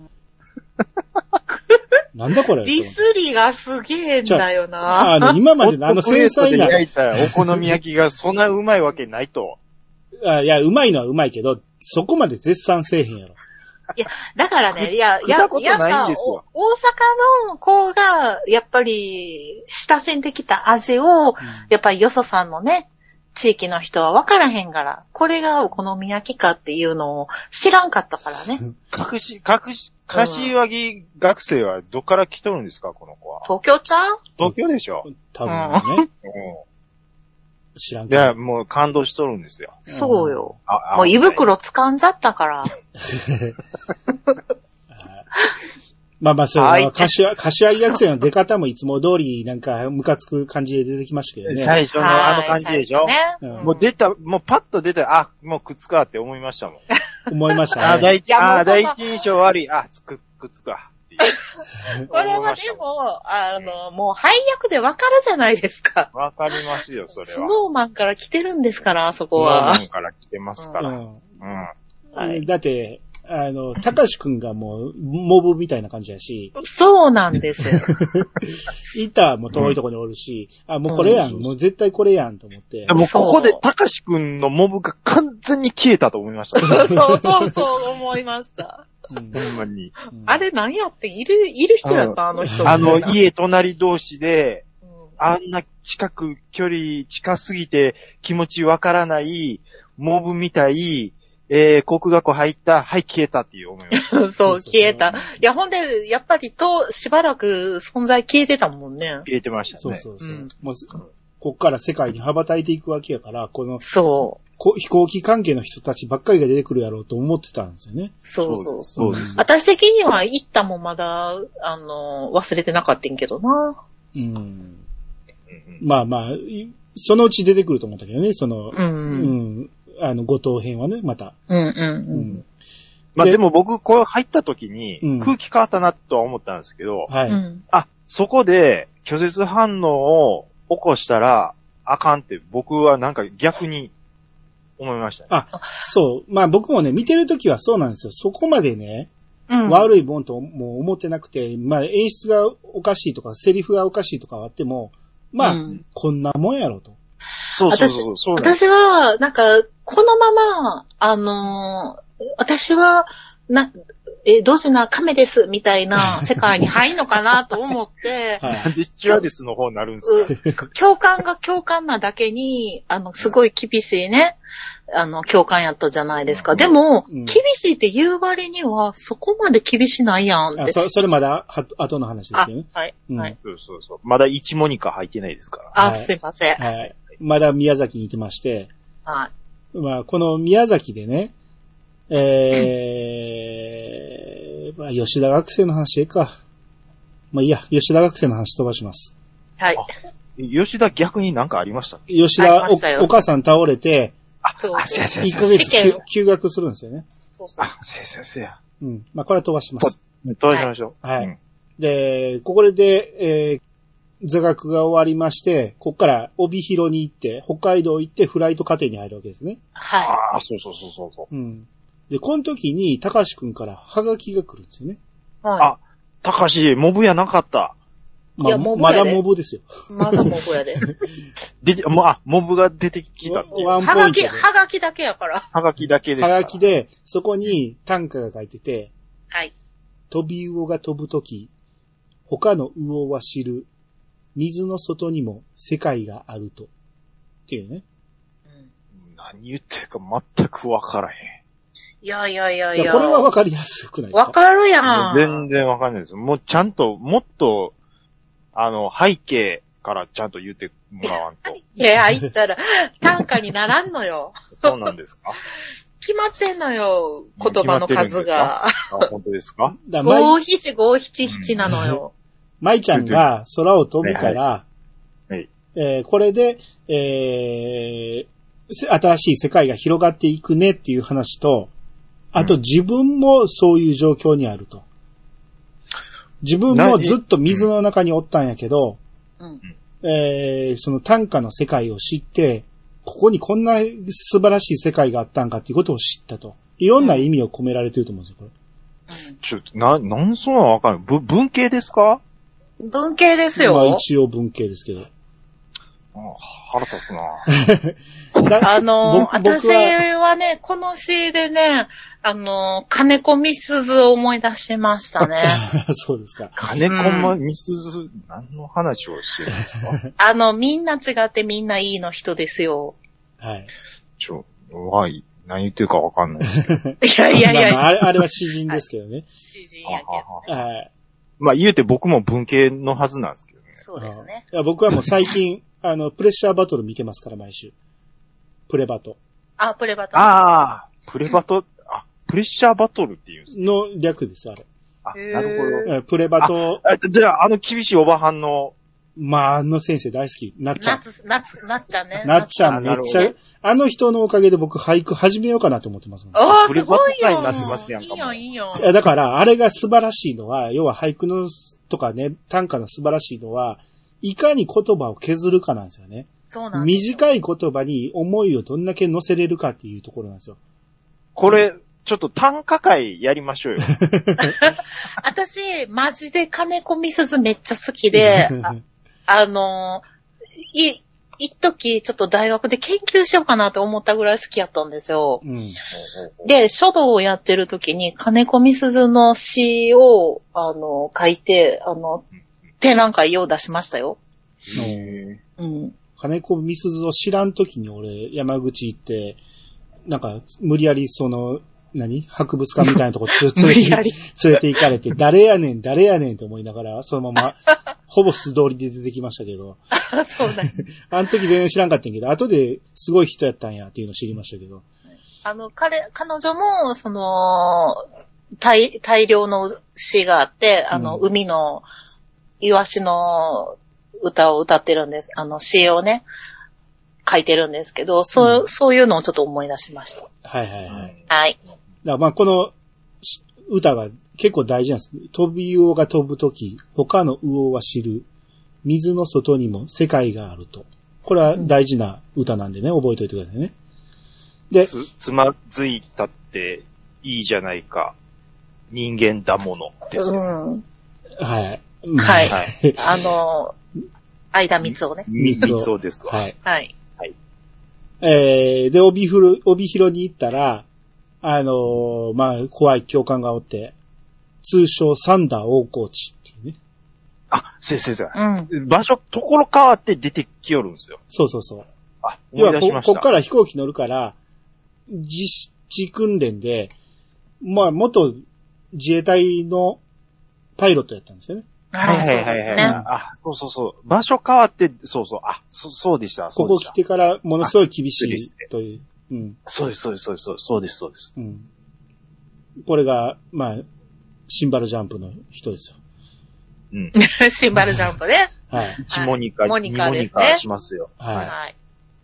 なんだこれ。 ディスリがすげえんだよな。 あの、今までのあの繊細な。 焼いたお好み焼きがそんなうまいわけないと。 あいや、うまいのはうまいけど、そこまで絶賛せえへんやろ。 いや、だからね、いや、や、やっぱ、大阪の子が、やっぱり、親しんできた味を、うん、やっぱりよそさんのね、地域の人は分からへんから、これがお好み焼きかっていうのを知らんかったからね。 隠し、隠し、柏木学生はどっから来とるんですか、この子は。 東京ちゃう？ 東京でしょ。 多分ね。うん、知らんけど。 いや、もう感動しとるんですよ。 そうよ。うん、もう胃袋掴んじゃったから。 まあまあ、それは、柏、柏木学生の出方もいつも通り、なんか、ムカつく感じで出てきましたけどね。 最初のあの感じでしょ、ねうん、もう出た、もうパッと出た、あ、もうくっつくわって思いましたもん。 思いましたね。 あ、第一、あ、第一印象悪い、あ、つく、くっつくわ。 これはでも、あの、もう配役でわかるじゃないですか。 わかりますよ、それは。 スノーマンから来てるんですから、あそこは。 スノーマンから来てますから。うん。うん、 はい、だって、あの、たかしくんがもう、モブみたいな感じやし。 そうなんですよ。 いたも遠いところにおるし、うん、あ、もうこれやん、うん、もう絶対これやんと思って。 もうここでたかしくんのモブが完全に消えたと思いました。 そうそうそう思いました。 うん、ほんまに。 あれ何やっている、いる人やった、あの人。 あの、家隣同士で、うん、あんな近く、距離近すぎて気持ちわからないモブみたい、えー、航空学校入った、はい、消えたっていう思います。 そう、消えた。いや、ほんで、やっぱりと、しばらく存在消えてたもんね。 消えてましたね。 そうそうそう。うん、もうこっから世界に羽ばたいていくわけやから、この、 そう。 飛行機関係の人たちばっかりが出てくるやろうと思ってたんですよね。 そうそうそう。そう私的には行ったもまだ、あの、忘れてなかったんけどな。 うん。まあまあ、そのうち出てくると思ったけどね、その、うん、うんあの、後藤編はね、また。 うんうんうん。 まあでも僕、これ入った時に、空気変わったなとは思ったんですけど、 はい。 あ、そこで拒絶反応を起こしたら、あかんって僕はなんか逆に思いましたね。 あ、そう。まあ僕もね、見てる時はそうなんですよ。そこまでね、うん、悪いもんとも思ってなくて、まあ演出がおかしいとか、セリフがおかしいとかはあっても、まあ、うん、こんなもんやろと。 そうそうそう。そう私は、なんか、このまま、あのー、私は、な、え、ドジな亀です、みたいな世界に入んのかなと思って、 なんでスチュワーデスの方になるんですか？ 共感が共感なだけに、あの、すごい厳しいね、あの、共感やったじゃないですか。でも、うん、厳しいって言う割には、そこまで厳しないやんって。 あ、そ、それまだ、は、後の話ですよね。 はい、うん。はい。 そうそうそう。まだ一モニカ入ってないですから。 あ、はい、すいません。 はい。まだ宮崎にいてまして、 はい。 まあ、この宮崎でね、えー、まあ、吉田学生の話でか。まあ、いいや、吉田学生の話飛ばします。 はい。 吉田逆になんかありました？ 吉田お、お母さん倒れて、 あ、そうそうそう。 いっかげつ休学するんですよね。 そうそう。 あ、せやせやせや。 うん。まあ、これは飛ばします。 飛ばしましょう。 はい。はい、で、ここで、えー、座学が終わりまして、ここから帯広に行って、北海道行ってフライト課程に入るわけですね。 はい。 ああ、そうそうそうそう。 うん。で、この時に、高橋くんからハガキが来るんですよね。 はい。 あ、高橋、モブやなかった。 まあ、 いや、モブやで。 まだモブですよ。 まだモブやで。 で、もあ、モブが出てきたっていう。 ワンポイントで。 はがき、はがきだけやから。 はがきだけです。 はがきで、そこに短歌が書いてて、 はい。 飛び魚が飛ぶとき、他の魚は知る。水の外にも世界があると。っていうね。 うん、 何言ってるか全くわからへん。 いやいやいやいや。 いやこれはわかりやすくないですか？ わかるやん。 全然わかんないです。もうちゃんと、もっと、あの、背景からちゃんと言ってもらわんと。 いや、言ったら、短歌にならんのよ。 そうなんですか？ 決まってんのよ、言葉の数が。 あ、本当ですか？ 五七五七七なのよ。 舞ちゃんが空を飛ぶから、 はいはいえー、これで、えー、新しい世界が広がっていくねっていう話と、あと自分もそういう状況にあると。自分もずっと水の中におったんやけど、 うん、 えー、その短歌の世界を知って、ここにこんな素晴らしい世界があったんかっていうことを知ったと。いろんな意味を込められてると思うんですよ、これ。ちょっと、な、なんそんなのわかんない。ぶ、文系ですか？ 文系ですよ。 まあ一応文系ですけど。 ああ、腹立つなあの、私はね、この詩でね、あの、金子みすずを思い出しましたね。 そうですか。 金子みすず、うん、何の話をしてるんですか？ あの、みんな違ってみんないいの人ですよ。 はい。 ちょ、はい。何言ってるかわかんないですけど。いやいやいや。 まあまあ、あれ、あれは詩人ですけどね。 詩人やけど、 ね。はい。 まあ言うて僕も文系のはずなんですけどね。 そうですね。 いや僕はもう最近、あの、プレッシャーバトル見てますから、毎週。プレバト。 あ、プレバト。 ああ、プレバト、あ、プレッシャーバトルっていうんですかの略です、あれ。 あ、なるほど。 プレバト。 あ、じゃあ、あの厳しいおばはんの。 まあ、あの先生大好き。なっちゃん。 なっ、なっちゃんね。 なっちゃんめっちゃ、あの人のおかげで僕俳句始めようかなと思ってますもん。 ああ、すごいよ。 になってますやんか。 いいよ、いいよ。 いや、だから、あれが素晴らしいのは、要は俳句のとかね、短歌の素晴らしいのは、いかに言葉を削るかなんですよね。 そうなんですよ。 短い言葉に思いをどんだけ乗せれるかっていうところなんですよ。 これ、ちょっと短歌会やりましょうよ。 私、マジで金子みすずめっちゃ好きで、あ, あの、い、一時ちょっと大学で研究しようかなと思ったぐらい好きやったんですよ。 うん、 で、書道をやってる時に金子みすずの詩を、あの、書いて、あの、展覧会を出しましたよ。 へうん。 金子みすずを知らん時に俺、山口行って、なんか、無理やりその、何博物館みたいなとこ連れて、連れて行かれて、誰やねん、誰やねんと思いながら、そのまま、ほぼ素通りで出てきましたけど。 あ、そうだね。 あの時全然知らんかったんやけど、後ですごい人やったんやっていうのを知りましたけど。 あの、彼、彼女も、その、大、大量の詩があって、あの、うん、海の、イワシの歌を歌ってるんです。あの、詩をね、書いてるんですけど、そう、うん、そういうのをちょっと思い出しました。 はいはいはい。 はい。 だまあこの歌が結構大事なんです。飛び魚が飛ぶとき、他の魚は知る。水の外にも世界があると。これは大事な歌なんでね、覚えておいてくださいね。で、 つ、つまずいたっていいじゃないか。人間だものですよ。 うん。 はい。 はい。はい、あの、相田光夫ね。 光夫ですわ。 はい。 はい。 はい。 えー、で、帯広、帯広に行ったら、あのー、まあ、怖い教官がおって、通称サンダー大河内っていうね。 あ、先生先うん。 生。場所、ところ変わって出てきよるんですよ。 そうそうそう。 あ、 要はこ、 思い出しました。 こっから飛行機乗るから、実地訓練で、まあ、元自衛隊のパイロットやったんですよね。 はいはいはいそうですはい。 ね。 あ、そうそうそう。場所変わって、そうそう。あ、そそうでした。そうでした。 ここ来てからものすごい厳しいという。うん。 そうです、そうです、そうです、そうです、そうです。 うん。これが、まあ、シンバルジャンプの人ですよ。 うん。 シンバルジャンプね。 はい。 一モニカ、 モニカ二モニですねカしますよ。 はい。 はい。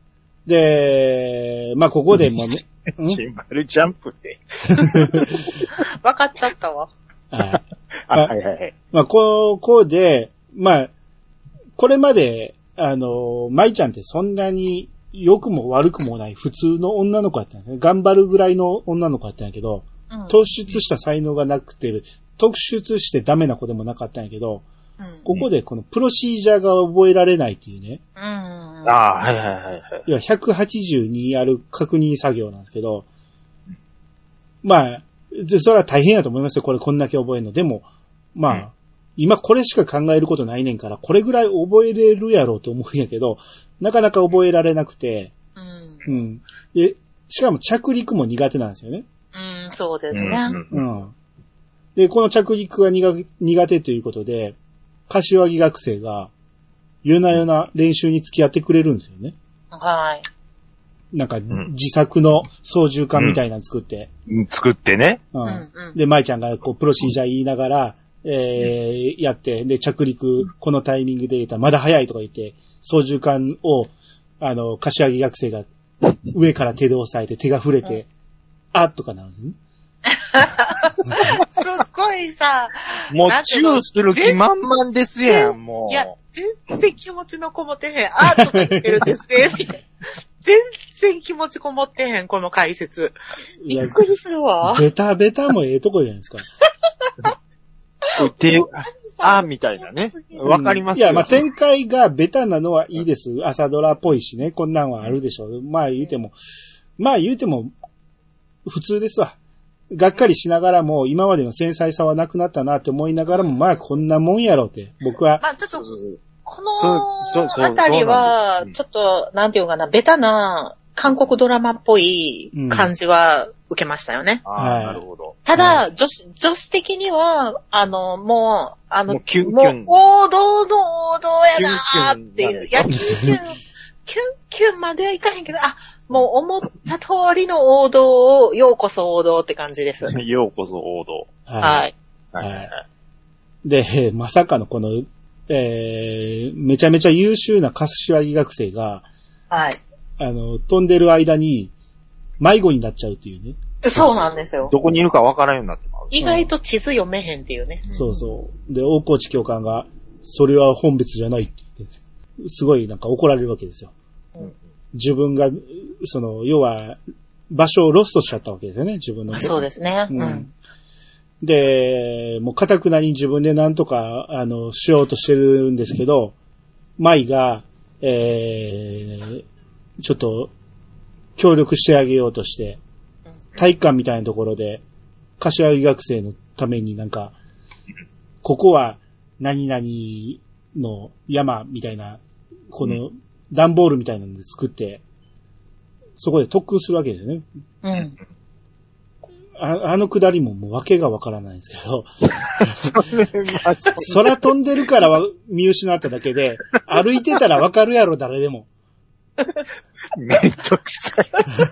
で、まあ、ここでもね、 シンバルジャンプって。 わかっちゃったわ。 はい。 あ、 あはいはいはい。 まあ、こう、こうで、まあ、これまで、あの、舞ちゃんってそんなに良くも悪くもない普通の女の子やったんですね。頑張るぐらいの女の子やったんやけど、 うん。 突出した才能がなくて、突出してダメな子でもなかったんやけど、 うん。 ここでこのプロシージャーが覚えられないっていうね。 うん。 ああ、はいはいはいはい。 要はひゃくはちじゅうにある確認作業なんですけど、まあ、でそれは大変やと思いますよ。これこんだけ覚えるの。でも、まあ、 うん今これしか考えることないねんから、これぐらい覚えれるやろうと思うんやけど、なかなか覚えられなくて、 うん。 うん。で、しかも着陸も苦手なんですよね。 うん、そうですね。 うんうんうん。で、この着陸が苦苦手ということで、柏木学生が夜な夜な練習に付き合ってくれるんですよね。 はい。 なんか、 ん自作の操縦桿みたいなの作って。 うん作ってね。 うん。 うんうんで、舞ちゃんがこう、プロシージャー言いながら、えー、やって、で、着陸、このタイミングで言ったらまだ早いとか言って、操縦桿を、あの、柏木学生が上から手で押さえて、手が触れて、あっとかなるんですね。 すっごいさ、 もうなんていうのチューする気満々ですやん、もう。 いや、全然気持ちのこもってへん。あーとか言ってるんですね。みたいな全然気持ちこもってへん、この解説。 いやびっくりするわ。 ベタベタもええとこじゃないですか。 こう手、あーみたいなね。わかりますよ。 いや、まあ、展開がベタなのはいいです。朝ドラっぽいしね。こんなんはあるでしょう。まあ言うても、まあ言うても、普通ですわ。がっかりしながらも、今までの繊細さはなくなったなって思いながらも、まあこんなもんやろうって。僕は、 まあちょっと、このそうそうそうあたりそうなはんで、すちょっと、なんていうかな、ベタな韓国ドラマっぽい感じは受けましたよね。 あはいあ、なるほど。 ただ、女子、女子的には、あの、もう、あの、 もうキュンキもうュン王道の王道やなーっていう。いや、 キュンキュンキュン、キュンキュンまではいかへんけど、あ、もう思った通りの王道を、ようこそ王道って感じです。 ようこそ王道。 はい。 はいはいはい。 で、まさかのこの、えー、めちゃめちゃ優秀な柏木学生が、 はい。 あの、飛んでる間に迷子になっちゃうっていうね。 そうなんですよ。 どこにいるかわからんようになってまう。 意外と地図読めへんっていうね。 そうそう。で、大河内教官が、それは本別じゃないって言って、すごいなんか怒られるわけですよ。 うん自分が、その、要は、場所をロストしちゃったわけですよね、自分の。 そうですね。 ううんん。 で、もう、堅くなに自分でなんとか、あの、しようとしてるんですけど、舞が、えー、ちょっと、協力してあげようとして、体育館みたいなところで、柏木学生のためになんか、ここは何々の山みたいな、この段ボールみたいなので作って、そこで特訓するわけですよね。 うん。 あ, あのくだりももう訳がわからないんですけど、 それはちょっと空飛んでるからは見失っただけで、歩いてたらわかるやろ、誰でも。 めんどくさい。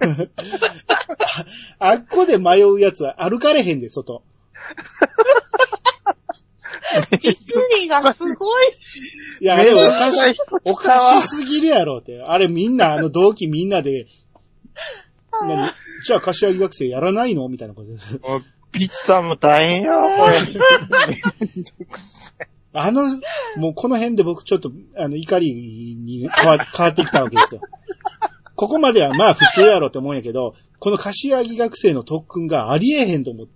あっこで迷うやつは歩かれへんで、外。 ディスリーがすごい。 いや、あれおかめんどくさいしい、おかしすぎるやろって。あれみんな、あの同期みんなで、何じゃあ柏木学生やらないのみたいなことで。 もうピッチさんも大変よ、これ。めんどくさい。 あの、もうこの辺で僕ちょっと、あの、怒りに変わ変わってきたわけですよ。ここまではまあ普通やろって思うんやけど、この柏木学生の特訓がありえへんと思って、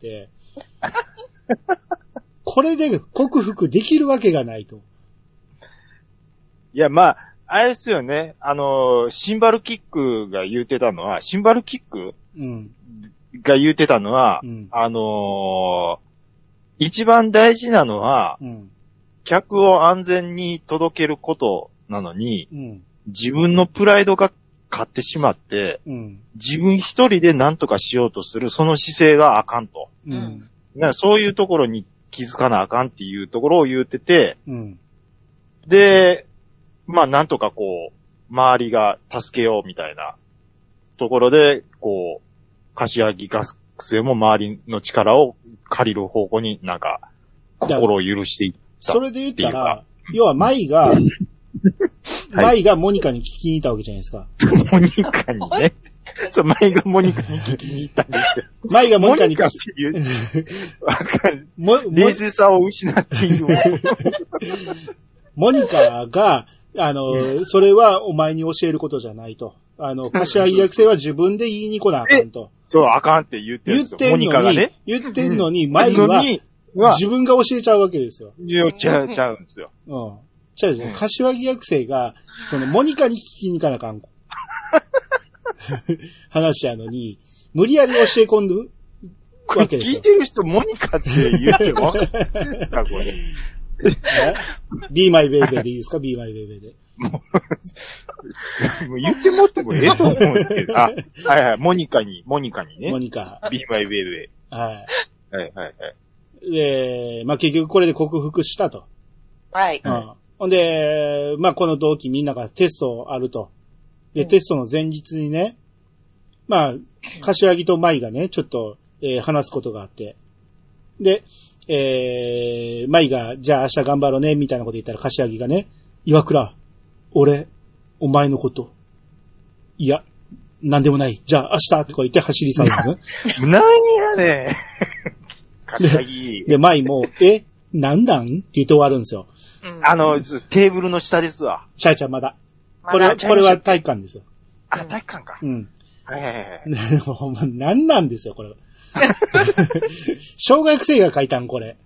これで克服できるわけがないと。 いや、まあ、 あれですよね。あの、シンバルキックが言うてたのは、シンバルキックうん。 が言うてたのは、 うん、 あのー、一番大事なのは、 うん、 客を安全に届けることなのに、 うん、 自分のプライドが勝ってしまって、 うん、 自分一人で何とかしようとするその姿勢があかんと。 うん、 だからそういうところに気づかなあかんっていうところを言うてて、 うん、 で、まあなんとかこう、周りが助けようみたいなところで、こう、柏木学生も周りの力を借りる方向になんか、心を許していったそれで言ったら、要は舞が、舞がモニカに聞きに行ったわけじゃないですか。 モニカにね。そう、舞がモニカに聞きに行ったんですよ。 舞がモニカに聞きモニカっていう、わかる。 も、 冷静さを失っている。 モニカが、あの、それはお前に教えることじゃないと。あの、柏木学生は自分で言いに来なあかんと。 そう、あかんって言ってるんですよ。 言ってんのに、 モニカがね。 言ってんのに、舞は、自分が教えちゃうわけですよ。 言っちゃう、ちゃうんですよ。 うん。ちゃうじゃん。柏木学生が、その、モニカに聞きに行かなあかん。話やのに、無理やり教え込んでるわけですよ。 聞いてる人、モニカって言ってもわかるんですか、これ。 be my baby でいいですか ?be my baby で。 もう、もう言ってもってもええと思うんですけど。あ、はいはい、モニカに、モニカにね。 モニカ。 be my baby。 はい。 はいはいはい。 で、まあ、結局これで克服したと。 はい。 うん。ほんで、まあ、この同期みんながテストあると。で、うん、テストの前日にね、まあ、柏木と舞がね、ちょっと、えー、話すことがあって。で、えー、舞が、じゃあ明日頑張ろうね、みたいなこと言ったら柏木がね、岩倉、俺、お前のこと、いや、なんでもない。じゃあ明日とか言って走り去るのね。 何やねん。柏木。 で、舞も、え、なんなんって言って終わるんですよ。 うん、あの、テーブルの下ですわ。 ちゃうちゃう、まだ。これは、これは体育館ですよ。 あ、体育館か。 うん。 はいはいはい。 ほんま、なんなんですよ、これは。小学生が書いたん、これ。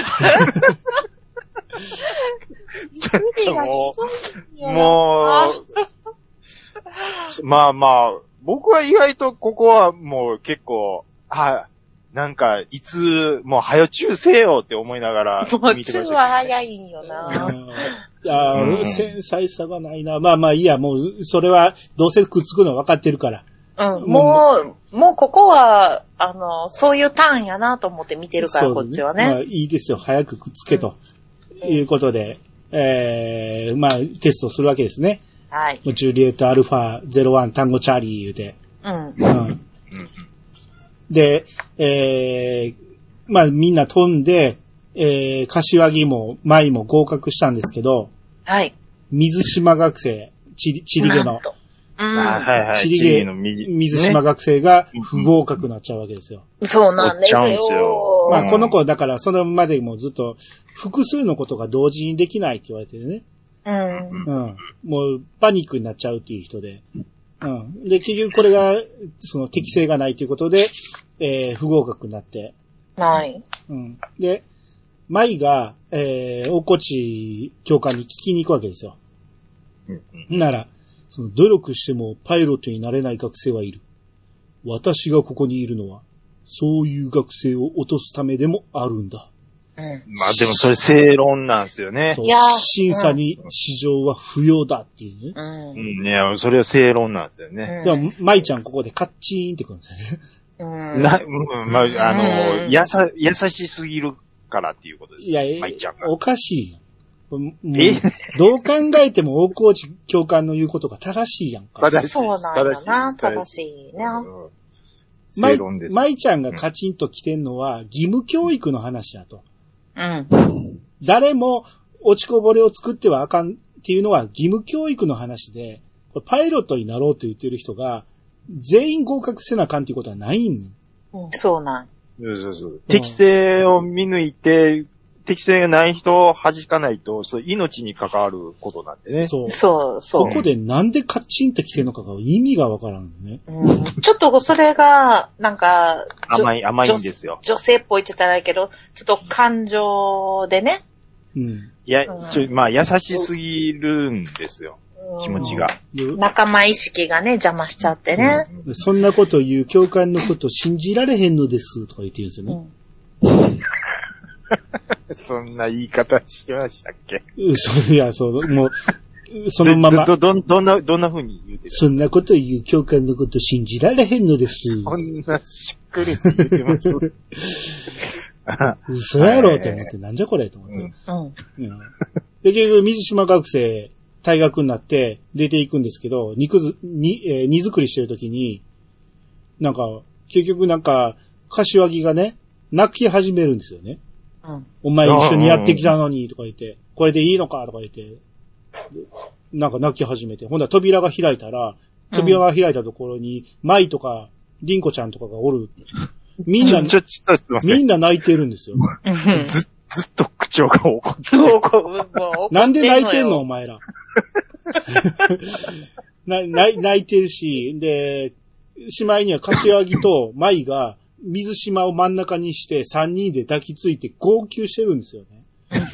ちょっともう、もう、まあまあ、僕は意外とここはもう結構、あ、なんか、いつ、もう早中せよって思いながら見てました、ね。 もう中は早いんよな。 いや、うん、繊細さがないな。まあまあいいや、もう、それは、どうせくっつくの分かってるから。 うん、もう、もうここは、あの、そういうターンやなと思って見てるから、ね、こっちはね。 まあいいですよ、早くくっつけと、うん、いうことで、えー、まあテストするわけですね。 はい。 ジュリエット、アルファ、ゼロワン、タンゴ、チャーリー言うて。うん。うん。で、えー、まあみんな飛んで、えー、柏木も舞も合格したんですけど、 はい。 水島学生、チリ、チリゲの。 うん、はいはい。 チリゲの水島学生が不合格になっちゃうわけですよ。 そうなんですよ。 まあこの子だからそれまでもずっと複数のことが同時にできないって言われてね。 うん。 うん。もうパニックになっちゃうっていう人で。うん。で、結局これが、その適性がないということで、えー、不合格になって。 はい。 うん。で、舞が、えー、大河内教官に聞きに行くわけですよ。うん。なら、その努力してもパイロットになれない学生はいる。私がここにいるのは、そういう学生を落とすためでもあるんだ。 うん、 まあでもそれ正論なんですよね。 そう。審査に市場は不要だっていうね。 うん。 うん、いや、それは正論なんですよね。 でも、舞ちゃんここでカッチーンってくるんですよね。 うん。 な、うん、まあ、あの、うん、やさ、優しすぎるからっていうことです。 いや、 舞ちゃんが。 おかしいやん。えどう考えても大河内教官の言うことが正しいやんか。 正しい。 そうなんだな。正しいね。 正論です。 舞ちゃんがカチンと来てんのは義務教育の話だと。 うん。 誰も落ちこぼれを作ってはあかんっていうのは義務教育の話で、パイロットになろうと言ってる人が全員合格せなあかんっていうことはないんねん。 うん、そうなん。 そうそうそう。適性を見抜いて、適性がない人を弾かないと、そう命に関わることなんでね。 そう。 そう、そう。 ここでなんでカッチンと来てるのかが意味がわからんね、 うん。ちょっとそれが、なんか、 甘い、甘いんですよ。 女性っぽいって言ったらいいけど、ちょっと感情でね。 うん。 いや、ちょ、まあ、優しすぎるんですよ。 気持ちが。 仲間意識がね、邪魔しちゃってね。 うん、そんなこと言う教官のこと信じられへんのです、とか言って言うんですよね。 うん、そんな言い方してましたっけ？ そう、いや、そう、もう、そのまま。 ど、ど、どんな、どんな風に言うてる？ そんなこと言う教官のこと信じられへんのです。 そんなしっくりって言ってます。 嘘やろと思って、なんじゃこれと思って。うん。うん、で、結局、水島学生、退学になって出ていくんですけど、肉ず、に、えー、荷作りしてるときに、なんか、結局なんか、柏木がね、泣き始めるんですよね。うん。お前一緒にやってきたのに、とか言って、これでいいのかとか言って、なんか泣き始めて、ほんなら扉が開いたら、扉が開いたところに、舞とか、凛子ちゃんとかがおる。みんな、 ちょ、ちょっとすいません。 みんな泣いてるんですよ。 ず、ずっと口調が怒ってる。 なんで泣いてんのお前ら。な、泣いてるし、で、しまいには柏木と舞が水島を真ん中にして三人で抱きついて号泣してるんですよね。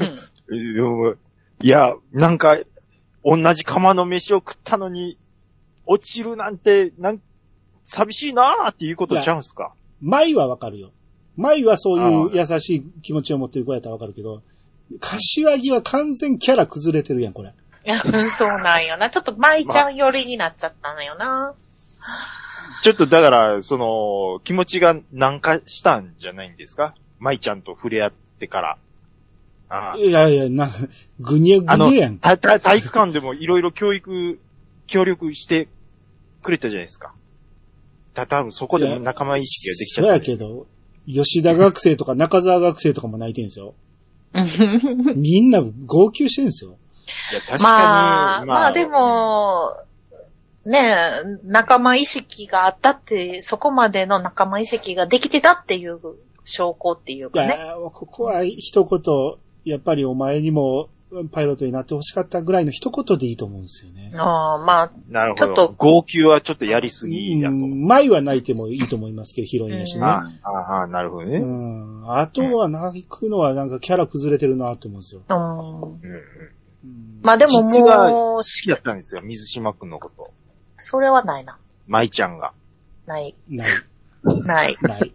いや、なんか、同じ釜の飯を食ったのに、落ちるなんて、なん、寂しいなーっていうことちゃうんすか？ 舞はわかるよ。舞はそういう優しい気持ちを持ってる子やったらわかるけど、柏木は完全キャラ崩れてるやん、これ。 いや、そうなんよな。ちょっと舞ちゃん寄りになっちゃったのよな。まちょっとだから、その、気持ちが軟化したんじゃないんですか？舞ちゃんと触れ合ってから。 ああいやいや、な、ぐにゃぐにゃやん。 あの、た、体育館でもいろいろ教育、協力してくれたじゃないですか。た、多分そこでも仲間意識ができちゃった。 そうやけど、吉田学生とか中澤学生とかも泣いてるんですよ。みんな号泣してるんですよ。 いや、確かに。 まあ、まあ、まあでも、ねえ、仲間意識があったって、そこまでの仲間意識ができてたっていう証拠っていうかね。 いや、ここは一言、やっぱりお前にもパイロットになってほしかったぐらいの一言でいいと思うんですよね。 ああ、まあ、 なるほど。ちょっと、号泣はちょっとやりすぎやと。 舞は泣いてもいいと思いますけど、ヒロインだしね。 ああ、なるほどね。 うん。あとは泣くのはなんかキャラ崩れてるなって思うんですよ。 うん。うん、まあでももう、 実は好きだったんですよ、水島くんのこと。 それはないな。 舞ちゃんが。 ない。 ない。 ない。 ない。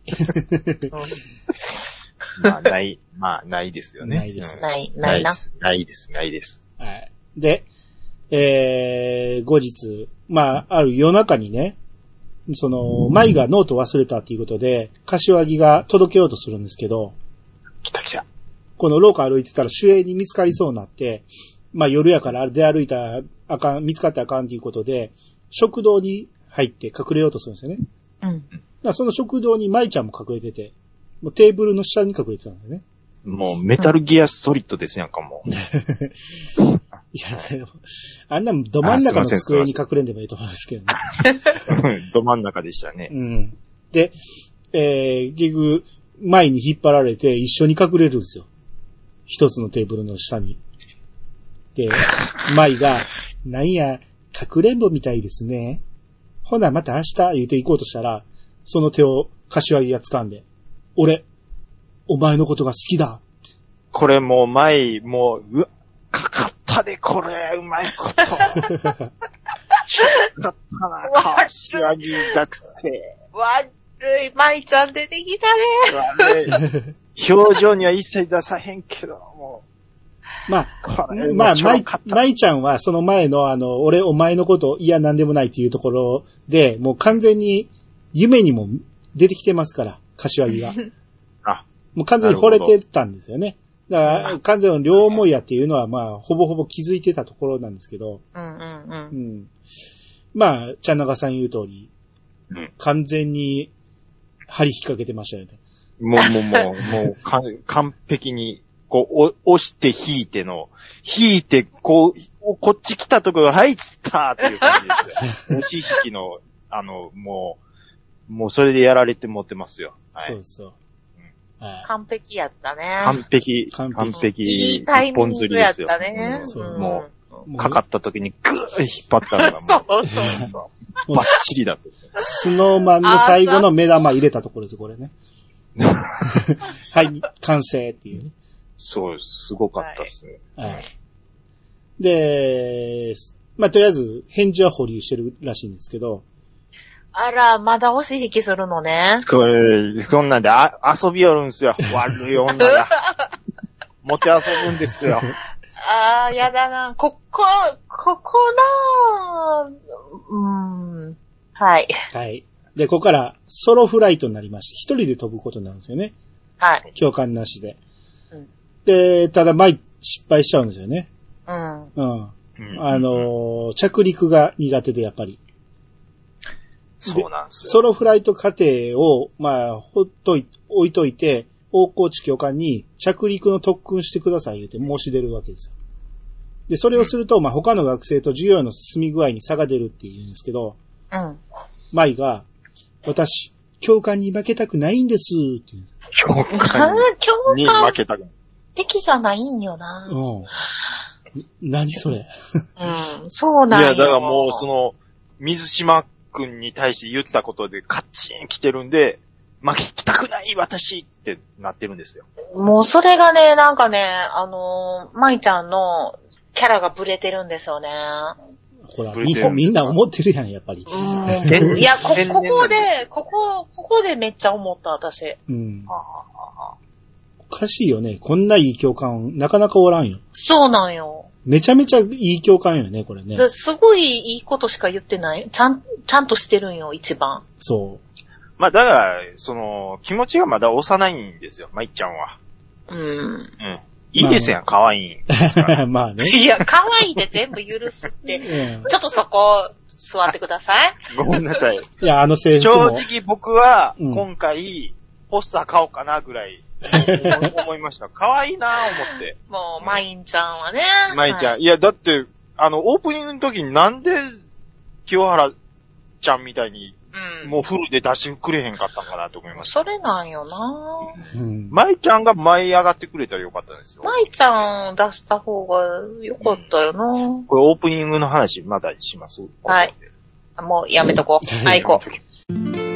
まあ、ない、まあ、ないですよね。 ないです。 ない、ないな。 ないです、ないです。 はい。で、えー、後日、まあ、ある夜中にね、その、舞がノート忘れたっていうことで、柏木が届けようとするんですけど、 来た来た。 この廊下歩いてたら守衛に見つかりそうになって、まあ夜やから出歩いたらあかん、見つかったらあかんということで、食堂に入って隠れようとするんですよね。うん。だからその食堂に舞ちゃんも隠れてて、もうテーブルの下に隠れてたんだよね。 もうメタルギアソリッドですやんか、もう。 いや、あんなど真ん中の机に隠れんでもいいと思うんですけどね。ど真ん中でしたね。 うん。で、えー、結局、前に引っ張られて一緒に隠れるんですよ。一つのテーブルの下に。で、舞が、なんや、かくれんぼみたいですね。ほな、また明日言うて行こうとしたら、その手を柏木が掴んで、俺、お前のことが好きだ。 これもう舞、もう、うわ、かかったで、これ、うまいこと。ちょっとかな、柏木学生。 悪い、舞ちゃん出てきたね。 悪い。表情には一切出さへんけど、もう。 まあ、まあ、舞、舞ちゃんはその前のあの、俺お前のこといやなんでもないっていうところで、もう完全に夢にも出てきてますから、柏木が。あ、もう完全に惚れてたんですよね。だから、完全に両思いやっていうのはまあ、ほぼほぼ気づいてたところなんですけど。うんうんうん。うん、まあ、ちゃんながさん言う通り、うん、完全に針引っ掛けてましたよね。 もうもうもう、もう、か完璧に、こう、押して引いての、引いて、こう、こっち来たところ、はい、つったっていう感じですよ。押し引きの、あの、もう、もうそれでやられて持ってますよ。 はい、そうそう。 うんはい、完璧やったね。 完璧、完璧。 いいタイミングやったね。 うん、もう、かかった時にグー引っ張ったのがもう、そうそうそう。バッチリだと。 スノーマンの最後の目玉入れたところです、これね。はい、完成っていうね。 そう、すごかったっすね。 はい。はい、で、 まあ、とりあえず、返事は保留してるらしいんですけど。 あら、まだ押し引きするのね。 これ、そんなんであ遊びよるんすよ。悪い女が。もて遊ぶんですよ。 ああ、やだな。ここ、ここなぁ。うーん。はい。 はい。で、ここからソロフライトになりまして、一人で飛ぶことになるんですよね。 はい。 共感なしで。 うん、 で、ただ、まあ、失敗しちゃうんですよね。 うん。 うん。あのー、着陸が苦手で、やっぱり。 そうなんですよ。 ソロフライト過程を、まあ、ほっとい、置いといて、大河内教官に着陸の特訓してください言うて申し出るわけですよ。で、それをすると、まあ、他の学生と授業の進み具合に差が出るって言うんですけど、 うん。 舞が、私、教官に負けたくないんですって言う。 教官に負けたくない。 敵じゃないんよな。 うん。何それ。 うん、そうなんよ。 いや、だからもう、その、水島くんに対して言ったことでカッチン来てるんで、負けたくない私ってなってるんですよ。 もうそれがね、なんかね、あのー、舞ちゃんのキャラがブレてるんですよね。 ほら、みんな、みんな思ってるやん、やっぱり。 うん。いや、こ、ここで、ここ、ここでめっちゃ思った、私。 うん。おかしいよね。こんないい教官、なかなかおらんよ。 そうなんよ。 めちゃめちゃいい教官よね、これね。 すごいいいことしか言ってない。ちゃん、ちゃんとしてるんよ、一番。 そう。 まあ、だから、その、気持ちがまだ幼いんですよ、まいっちゃんは。 うん。 うん。いいですやん、可愛いんですから。 まあね。 いや、可愛いで全部許すって。うん、ちょっとそこ、座ってください。 ごめんなさい。いや、あの制服も正直僕は、今回、ポスター買おうかな、ぐらい。思いました。可愛いなぁ思って。 もう、まいんちゃんはね。 まいちゃん。はい、いや、だって、あの、オープニングの時になんで、清原ちゃんみたいに、うん、もうフルで出してくれへんかったんかなと思いました。 それなんよなぁ。うん、まいちゃんが舞い上がってくれたらよかったんですよ。 まいちゃん出した方がよかったよな、うん、 これオープニングの話まだします？ はい。もうやめとこう。はい、行こう。